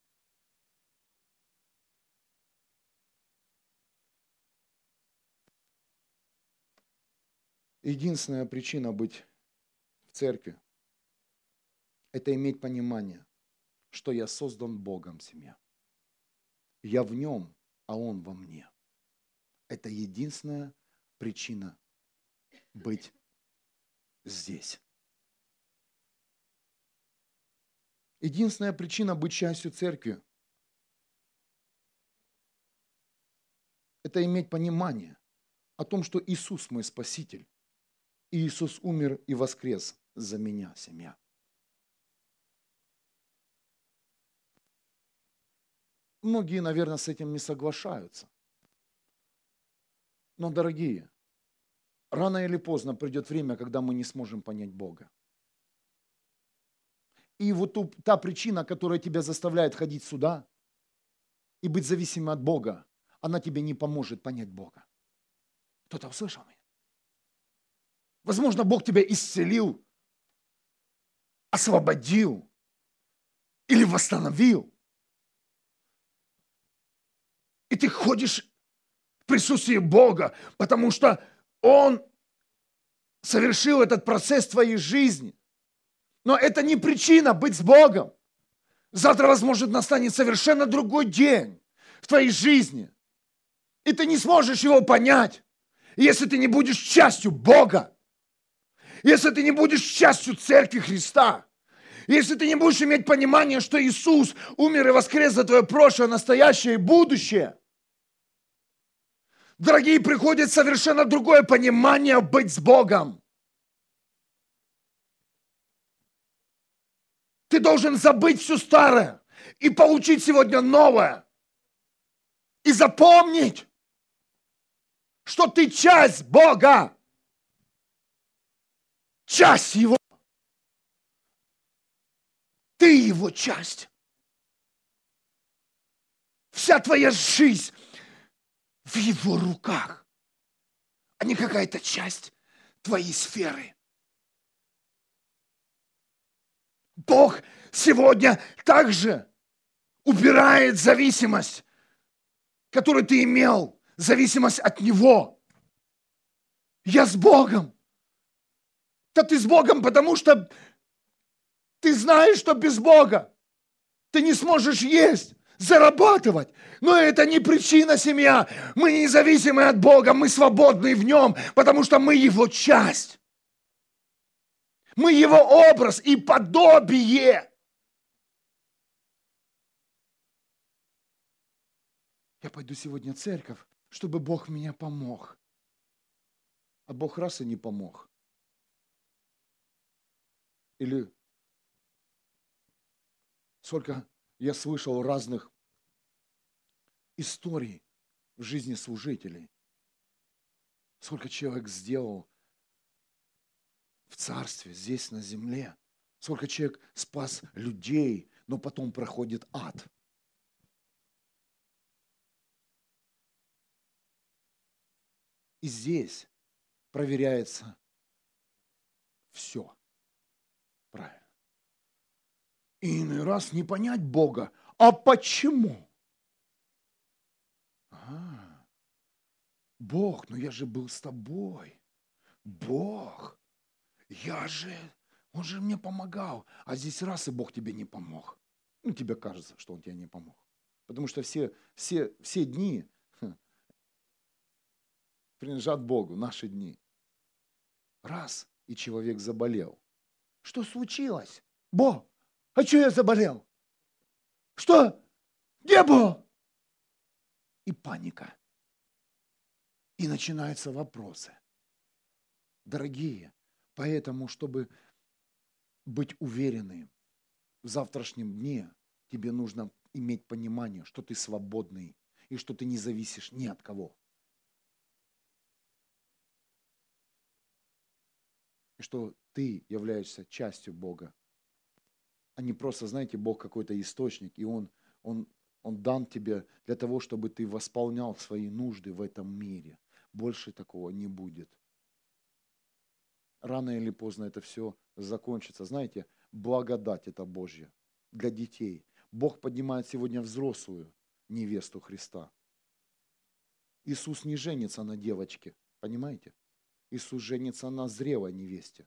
Единственная причина быть в церкви – это иметь понимание, что я создан Богом, семья. Я в нем, а он во мне. Это единственная причина быть здесь. Единственная причина быть частью церкви это иметь понимание о том, что Иисус мой Спаситель. И Иисус умер и воскрес за меня, семья. Многие, наверное, с этим не соглашаются. Но, дорогие, рано или поздно придет время, когда мы не сможем понять Бога. И вот та причина, которая тебя заставляет ходить сюда и быть зависимым от Бога, она тебе не поможет понять Бога. Кто-то услышал меня? Возможно, Бог тебя исцелил, освободил или восстановил. И ты ходишь в присутствии Бога, потому что Он совершил этот процесс в твоей жизни. Но это не причина быть с Богом. Завтра, возможно, настанет совершенно другой день в твоей жизни. И ты не сможешь его понять, если ты не будешь частью Бога. Если ты не будешь частью Церкви Христа. Если ты не будешь иметь понимание, что Иисус умер и воскрес за твое прошлое, настоящее и будущее. Дорогие, приходит совершенно другое понимание быть с Богом. Ты должен забыть все старое и получить сегодня новое. И запомнить, что ты часть Бога. Часть Его. Ты Его часть. Вся твоя жизнь в Его руках, а не какая-то часть твоей сферы. Бог сегодня также убирает зависимость, которую ты имел, зависимость от Него. Я с Богом. Да ты с Богом, потому что ты знаешь, что без Бога ты не сможешь есть, зарабатывать. Но это не причина, семья. Мы не зависимы от Бога, мы свободны в Нем, потому что мы Его часть. Мы Его образ и подобие. Я пойду сегодня в церковь, чтобы Бог меня помог. А Бог раз и не помог. Или сколько я слышал разных историй в жизни служителей. Сколько человек сделал в царстве, здесь на земле. Сколько человек спас людей, но потом проходит ад. И здесь проверяется все. Правильно. И иной раз не понять Бога. А почему? Бог, но я же был с тобой. Бог, Он же мне помогал. А здесь раз и Бог тебе не помог. Ну, тебе кажется, что Он тебе не помог. Потому что все дни принадлежат Богу, наши дни. Раз, и человек заболел. Что случилось? Бог, а что я заболел? Что? Где Бог? И паника. И начинаются вопросы. Дорогие, поэтому, чтобы быть уверенным в завтрашнем дне, тебе нужно иметь понимание, что ты свободный и что ты не зависишь ни от кого. И что ты являешься частью Бога, а не просто, знаете, Бог какой-то источник, и Он дан тебе для того, чтобы ты восполнял свои нужды в этом мире. Больше такого не будет. Рано или поздно это все закончится. Знаете, благодать это Божья для детей. Бог поднимает сегодня взрослую невесту Христа. Иисус не женится на девочке, понимаете? Иисус женится на зрелой невесте.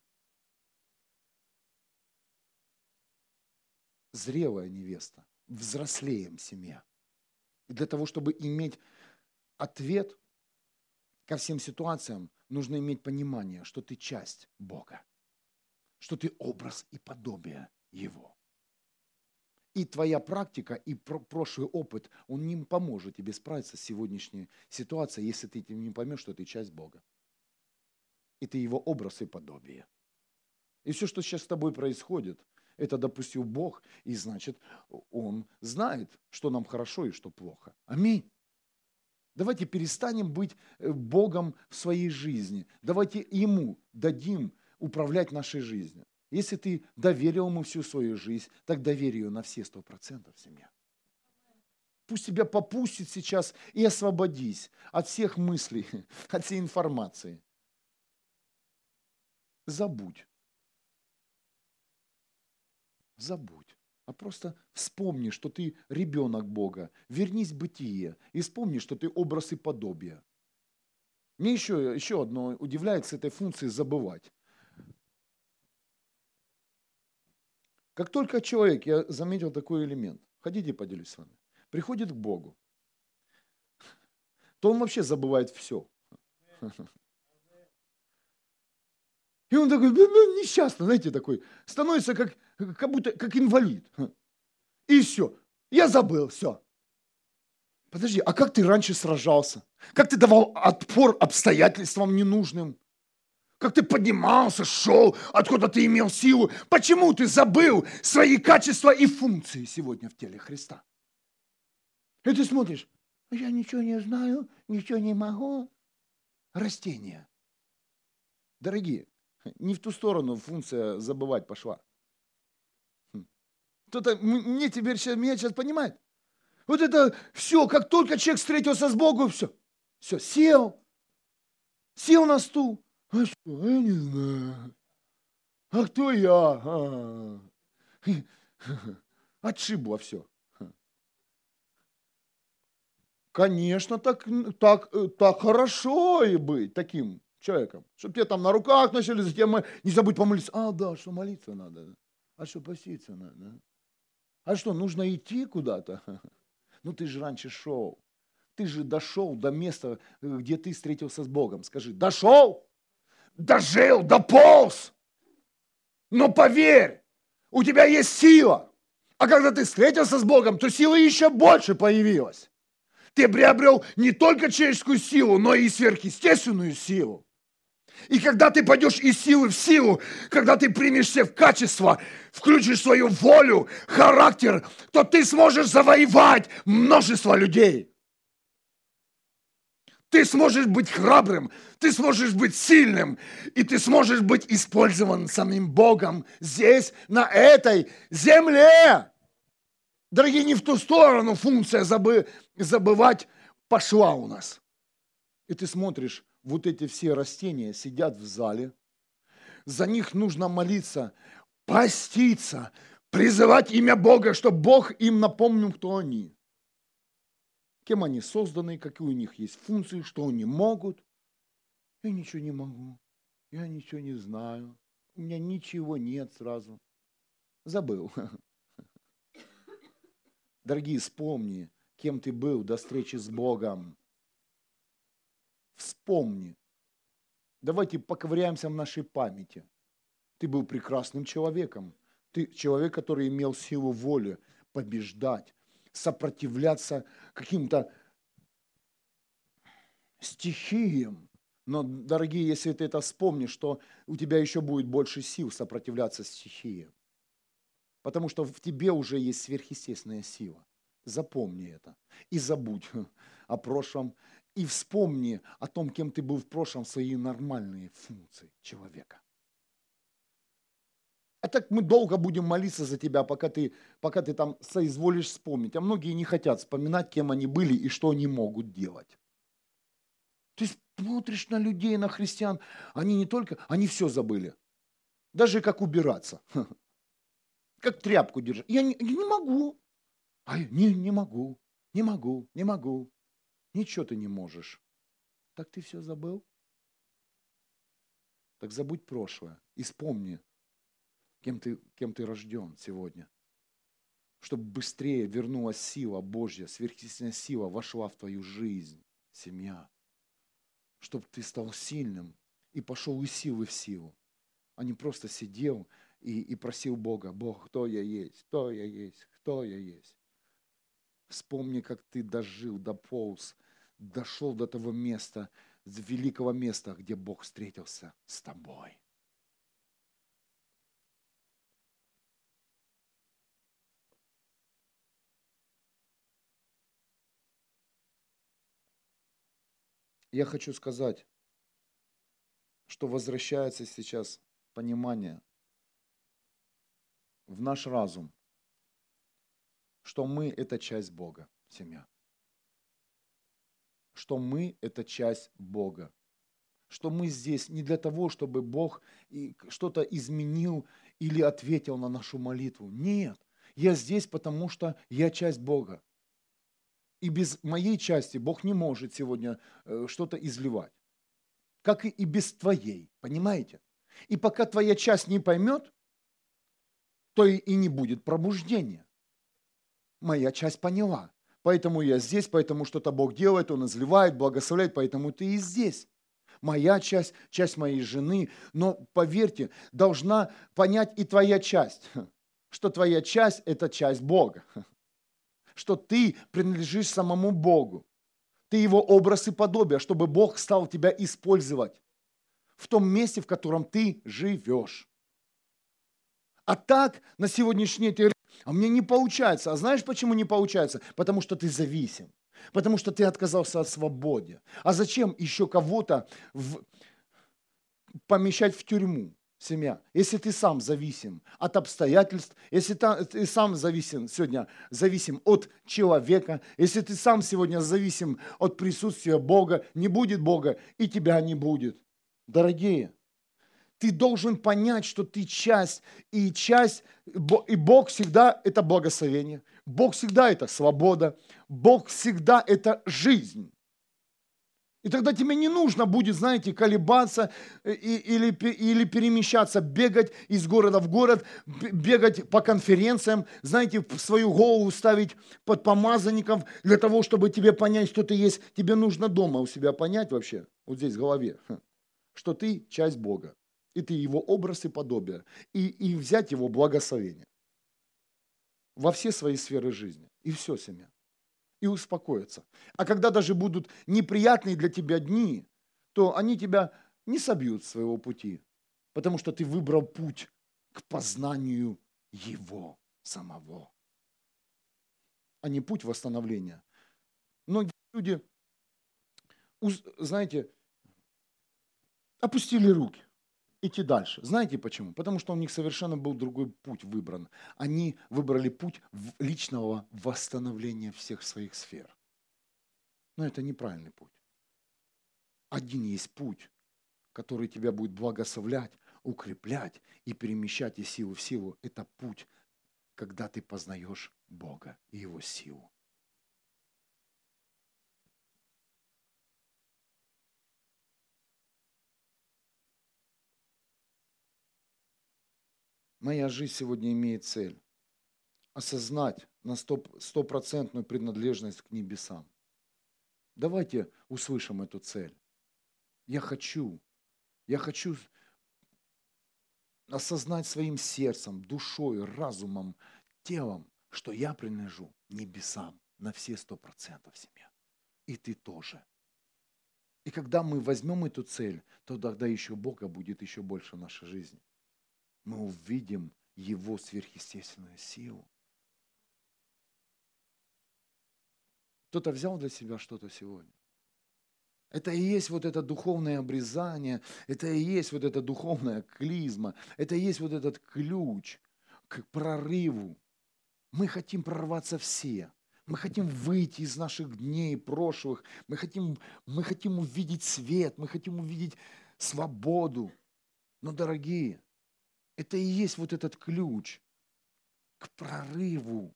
Зрелая невеста. Взрослеем семья. И для того, чтобы иметь ответ ко всем ситуациям, нужно иметь понимание, что ты часть Бога, что ты образ и подобие Его. И твоя практика, и прошлый опыт, он не поможет тебе справиться с сегодняшней ситуацией, если ты не поймешь, что ты часть Бога. И ты Его образ и подобие. И все, что сейчас с тобой происходит, это допустил Бог, и значит, Он знает, что нам хорошо и что плохо. Аминь. Давайте перестанем быть Богом в своей жизни. Давайте Ему дадим управлять нашей жизнью. Если ты доверил Ему всю свою жизнь, так доверь ее на все 100% в семье. Пусть тебя попустит сейчас и освободись от всех мыслей, от всей информации. Забудь. А просто вспомни, что ты ребенок Бога. Вернись в бытие и вспомни, что ты образ и подобие. Мне еще одно удивляет с этой функцией забывать. Как только человек, я заметил такой элемент, хотите, поделюсь с вами, приходит к Богу, то он вообще забывает все. И он такой, несчастный, знаете, такой, становится как будто как инвалид. И все, я забыл, все. Подожди, а как ты раньше сражался? Как ты давал отпор обстоятельствам ненужным? Как ты поднимался, шел, откуда ты имел силу? Почему ты забыл свои качества и функции сегодня в теле Христа? И ты смотришь, я ничего не знаю, ничего не могу. Растение. Дорогие, не в ту сторону функция забывать пошла. Кто-то меня сейчас понимает? Вот это все, как только человек встретился с Богом, все, сел на стул. А что, я не знаю. А кто я? Отшибло все. Конечно, так хорошо и быть таким человеком. Чтобы тебе там на руках начали, затем не забудь помолиться. А, да, что молиться надо. А что поститься надо. А что, нужно идти куда-то? Ну ты же раньше шел. Ты же дошел до места, где ты встретился с Богом. Скажи, дошел? Дожил, дополз. Но поверь, у тебя есть сила. А когда ты встретился с Богом, то сила еще больше появилась. Ты приобрел не только человеческую силу, но и сверхъестественную силу. И когда ты пойдешь из силы в силу, когда ты примешь все в качество, включишь свою волю, характер, то ты сможешь завоевать множество людей. Ты сможешь быть храбрым, ты сможешь быть сильным, и ты сможешь быть использован самим Богом здесь, на этой земле. Дорогие, не в ту сторону функция забывать пошла у нас. И ты смотришь, вот эти все растения сидят в зале, за них нужно молиться, поститься, призывать имя Бога, чтобы Бог им напомнил, кто они. Кем они созданы, какие у них есть функции, что они могут. Я ничего не могу, я ничего не знаю, у меня ничего нет сразу. Забыл. Дорогие, вспомни, кем ты был до встречи с Богом. Вспомни. Давайте поковыряемся в нашей памяти. Ты был прекрасным человеком. Ты человек, который имел силу воли побеждать, сопротивляться каким-то стихиям. Но, дорогие, если ты это вспомнишь, то у тебя еще будет больше сил сопротивляться стихиям. Потому что в тебе уже есть сверхъестественная сила. Запомни это. И забудь о прошлом. И вспомни о том, кем ты был в прошлом, свои нормальные функции человека. А так мы долго будем молиться за тебя, пока ты там соизволишь вспомнить. А многие не хотят вспоминать, кем они были и что они могут делать. Ты смотришь на людей, на христиан, они все забыли. Даже как убираться. Как тряпку держать. Я не могу. Не могу. Ничего ты не можешь. Так ты все забыл? Так забудь прошлое и вспомни, кем ты рожден сегодня. Чтобы быстрее вернулась сила Божья, сверхъестественная сила вошла в твою жизнь, семья. Чтобы ты стал сильным и пошел из силы в силу, а не просто сидел и просил Бога: Бог, кто я есть, кто я есть, кто я есть. Вспомни, как ты дожил, дополз, дошел до того места, великого места, где Бог встретился с тобой. Я хочу сказать, что возвращается сейчас понимание в наш разум, что мы – это часть Бога, семья. Что мы – это часть Бога. Что мы здесь не для того, чтобы Бог что-то изменил или ответил на нашу молитву. Нет, я здесь, потому что я часть Бога. И без моей части Бог не может сегодня что-то изливать. Как и без твоей, понимаете? И пока твоя часть не поймет, то и не будет пробуждения. Моя часть поняла. Поэтому я здесь, поэтому что-то Бог делает, Он изливает, благословляет, поэтому ты и здесь. Моя часть, часть моей жены. Но поверьте, должна понять и твоя часть, что твоя часть – это часть Бога. Что ты принадлежишь самому Богу. Ты Его образ и подобие, чтобы Бог стал тебя использовать в том месте, в котором ты живешь. А так на сегодняшний день а мне не получается. А знаешь, почему не получается? Потому что ты зависим. Потому что ты отказался от свободы. А зачем еще кого-то помещать в тюрьму, семья? Если ты сам зависим от обстоятельств, если ты сам зависим от человека, если ты сам сегодня зависим от присутствия Бога, не будет Бога, и тебя не будет. Дорогие, ты должен понять, что ты часть, и Бог всегда это благословение, Бог всегда это свобода, Бог всегда это жизнь. И тогда тебе не нужно будет, знаете, колебаться или перемещаться, бегать из города в город, бегать по конференциям, знаете, свою голову ставить под помазанников для того, чтобы тебе понять, что ты есть. Тебе нужно дома у себя понять вообще, вот здесь в голове, что ты часть Бога. И ты Его образ и подобие. И взять Его благословение во все свои сферы жизни. И все, семья. И успокоиться. А когда даже будут неприятные для тебя дни, то они тебя не собьют с своего пути. Потому что ты выбрал путь к познанию Его самого. А не путь восстановления. Многие люди, знаете, опустили руки. Идти дальше. Знаете почему? Потому что у них совершенно был другой путь выбран. Они выбрали путь личного восстановления всех своих сфер. Но это неправильный путь. Один есть путь, который тебя будет благословлять, укреплять и перемещать из силы в силу. Это путь, когда ты познаешь Бога и Его силу. Моя жизнь сегодня имеет цель осознать на 100% принадлежность к небесам. Давайте услышим эту цель. Я хочу осознать своим сердцем, душой, разумом, телом, что я принадлежу небесам на все 100% семья. И ты тоже. И когда мы возьмем эту цель, то тогда еще Бога будет еще больше в нашей жизни. Мы увидим Его сверхъестественную силу. Кто-то взял для себя что-то сегодня? Это и есть вот это духовное обрезание, это и есть вот эта духовная клизма, это и есть вот этот ключ к прорыву. Мы хотим прорваться все. Мы хотим выйти из наших дней прошлых. Мы хотим увидеть свет, мы хотим увидеть свободу. Но, дорогие, это и есть вот этот ключ к прорыву.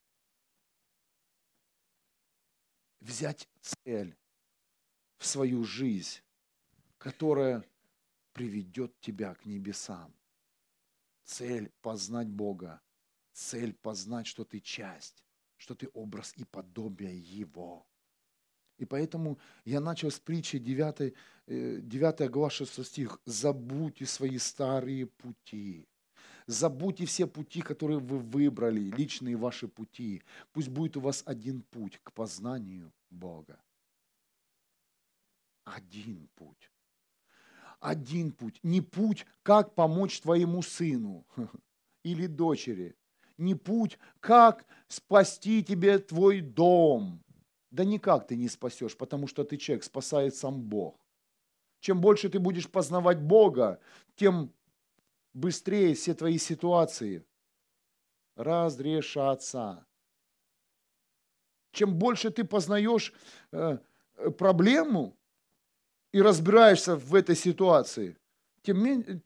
Взять цель в свою жизнь, которая приведет тебя к небесам. Цель познать Бога. Цель познать, что ты часть, что ты образ и подобие Его. И поэтому я начал с притчи 9 глава 6 стих. «Забудьте свои старые пути, Забудьте все пути, которые вы выбрали, личные ваши пути. Пусть будет у вас один путь к познанию Бога. Один путь. Один путь. Не путь, как помочь твоему сыну или дочери. Не путь, как спасти тебе твой дом. Да никак ты не спасешь, потому что ты человек, спасает сам Бог. Чем больше ты будешь познавать Бога, тем быстрее все твои ситуации разрешатся. Чем больше ты познаешь проблему и разбираешься в этой ситуации, тем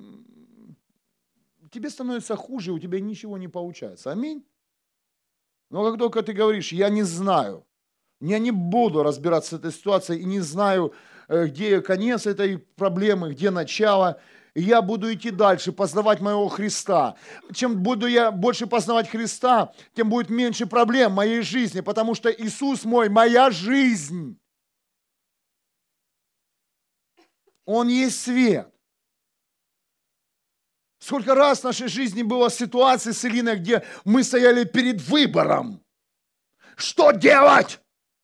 тебе становится хуже, у тебя ничего не получается. Аминь. Но как только ты говоришь, я не знаю, я не буду разбираться с этой ситуацией и не знаю, где конец этой проблемы, где начало, и я буду идти дальше, познавать моего Христа. Чем буду я больше познавать Христа, тем будет меньше проблем в моей жизни, потому что Иисус мой, моя жизнь. Он есть свет. Сколько раз в нашей жизни было ситуаций с Илиной, где мы стояли перед выбором. Что делать?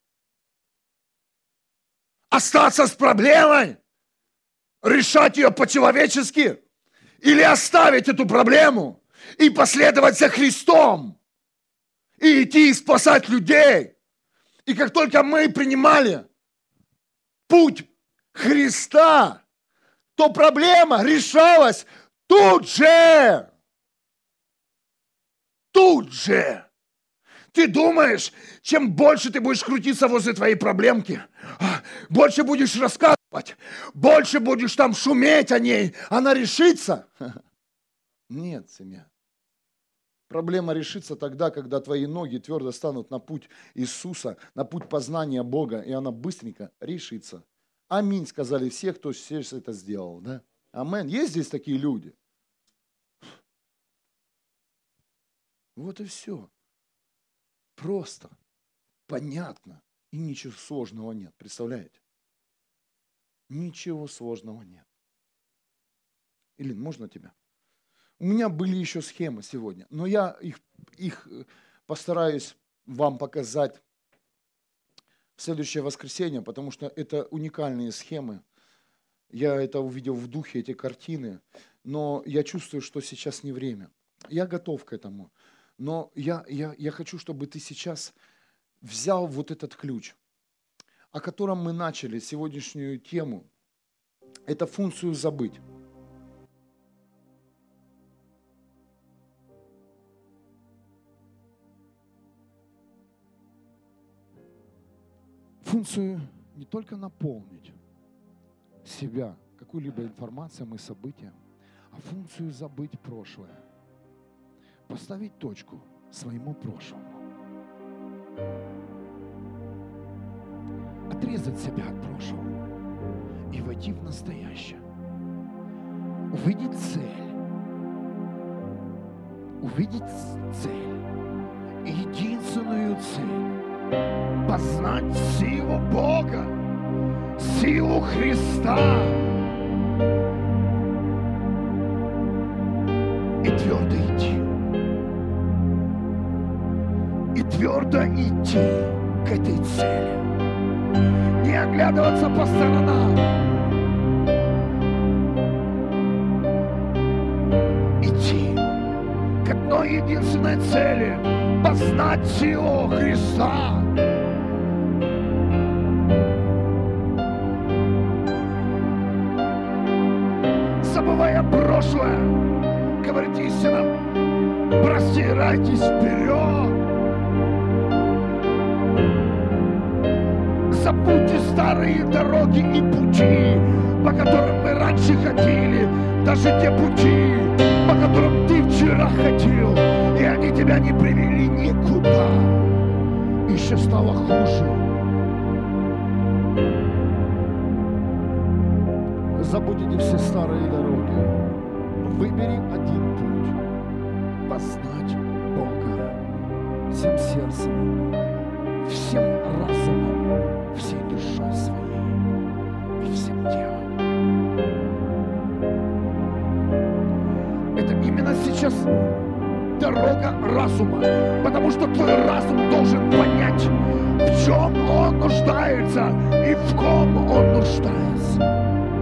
Остаться с проблемой? Решать ее по-человечески? Или оставить эту проблему и последовать за Христом? И идти и спасать людей? И как только мы принимали путь Христа, то проблема решалась тут же. Тут же. Ты думаешь, чем больше ты будешь крутиться возле твоей проблемки, больше будешь рассказывать, больше будешь там шуметь о ней, она решится? Нет, семья. Проблема решится тогда, когда твои ноги твердо станут на путь Иисуса, на путь познания Бога, и она быстренько решится. Аминь, сказали все, кто сейчас это сделал. Да? Аминь. Есть здесь такие люди? Вот и все. Просто, понятно, и ничего сложного нет. Представляете? Ничего сложного нет. Илин, можно тебя? У меня были еще схемы сегодня, но я их постараюсь вам показать в следующее воскресенье, потому что это уникальные схемы. Я это увидел в духе, эти картины, но я чувствую, что сейчас не время. Я готов к этому. Но я хочу, чтобы ты сейчас взял вот этот ключ, о котором мы начали сегодняшнюю тему. Это функцию забыть. Функцию не только наполнить себя какой-либо информацией и событием, а функцию забыть прошлое. Поставить точку своему прошлому. Отрезать себя от прошлого и войти в настоящее. Увидеть цель. Увидеть цель. Единственную цель. Познать силу Бога. Силу Христа. И твердо идти. Твердо идти к этой цели. Не оглядываться по сторонам. Идти к одной единственной цели. Познать силу Христа. Забывая прошлое, говорит истина, простирайтесь вперед. Забудьте старые дороги и пути, по которым мы раньше ходили, даже те пути, по которым ты вчера ходил, и они тебя не привели никуда. Еще стало хуже. Забудьте все старые дороги. Выбери один путь. Познать Бога всем сердцем, всем разумом, всей душой своей и всем телом. Это именно сейчас сейчас дорога разума, потому что твой разум должен понять, в чем он нуждается и в ком он нуждается.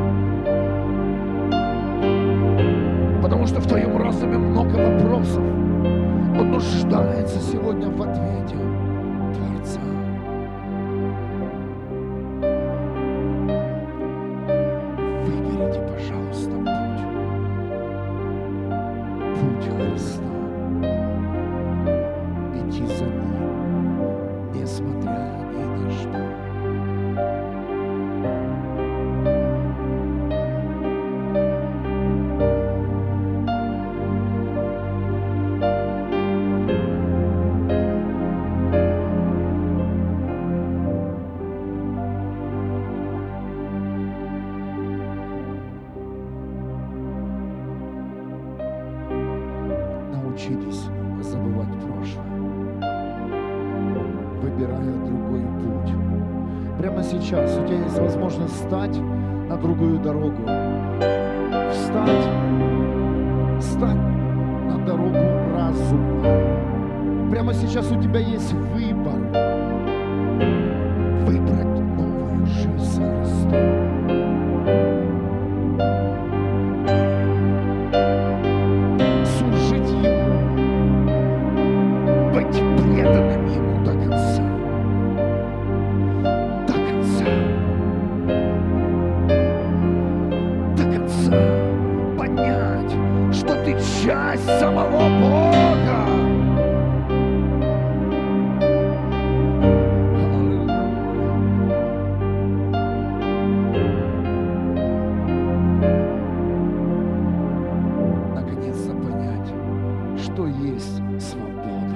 Потому что в твоем разуме много вопросов. Он нуждается сегодня в ответе Творца. Выберите, пожалуйста, путь Христа. Иди за Ним, несмотря ни на что. Научитесь забывать прошлое, выбирая другой путь. Прямо сейчас у тебя есть возможность встать на другую дорогу. Встать на дорогу разума. Прямо сейчас у тебя есть выбор. Выбрать новую жизнь со Христом. Часть самого Бога. Наконец-то понять, что есть свобода.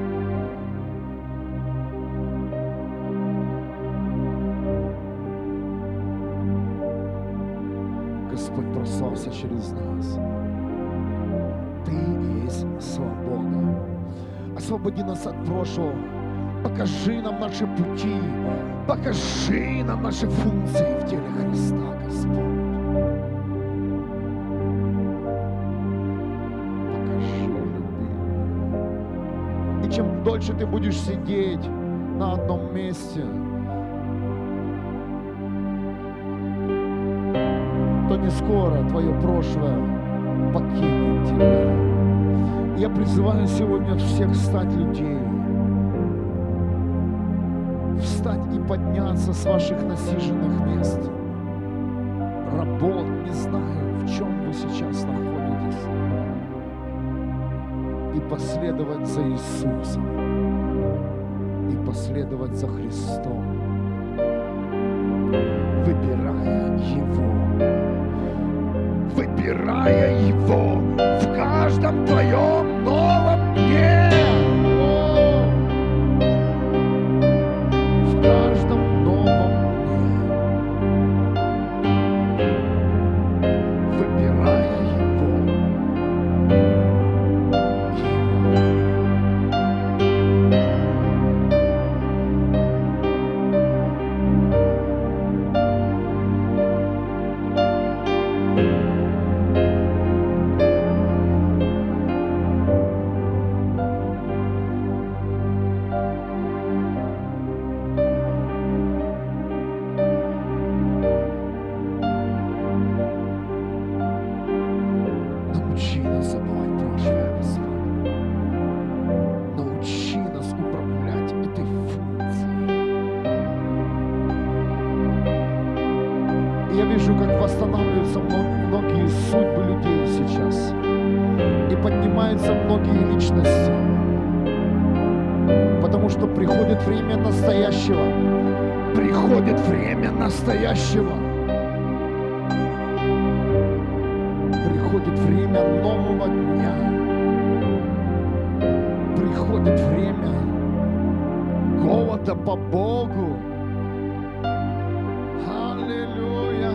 Господь прославился через нас. Ты есть свобода. Освободи нас от прошлого. Покажи нам наши пути. Покажи нам наши функции в теле Христа, Господь. Покажи, любимый. И чем дольше ты будешь сидеть на одном месте, то не скоро твое прошлое покинет тебя. Я призываю сегодня всех стать людей. Встать и подняться с ваших насиженных мест. Работ, не знаю, в чем вы сейчас находитесь. И последовать за Иисусом. И последовать за Христом. Выбирая Его. Выбирая Его в каждом твоем новом дне. В каждом новом дне. Выбирая Его. Научи нас забывать прошлое, Господь. Научи нас управлять этой функцией. И я вижу, как восстанавливаются многие судьбы людей сейчас. И поднимаются многие личности. Потому что приходит время настоящего. Приходит время настоящего. Приходит время нового дня. Приходит время голода по Богу. Аллилуйя.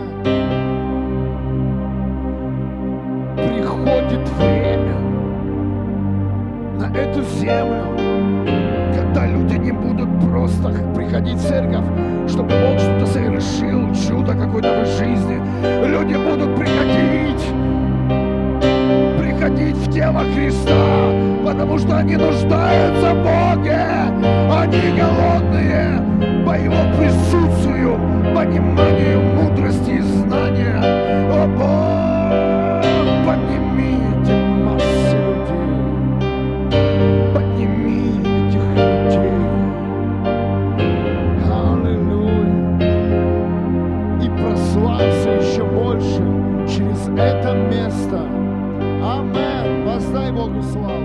Приходит время на эту землю, когда люди не будут просто приходить в церковь, чтобы Бог что-то совершил, чудо какое-то в их жизни. Люди будут приходить приходить в тело Христа, потому что они нуждаются в Боге. Они голодные по Его присутствию, пониманию, мудрости и знания. О Бог, поднимите массы людей, подними этих людей. Аллилуйя. И прославься еще больше через это место. Амен. Воздай Богу славу.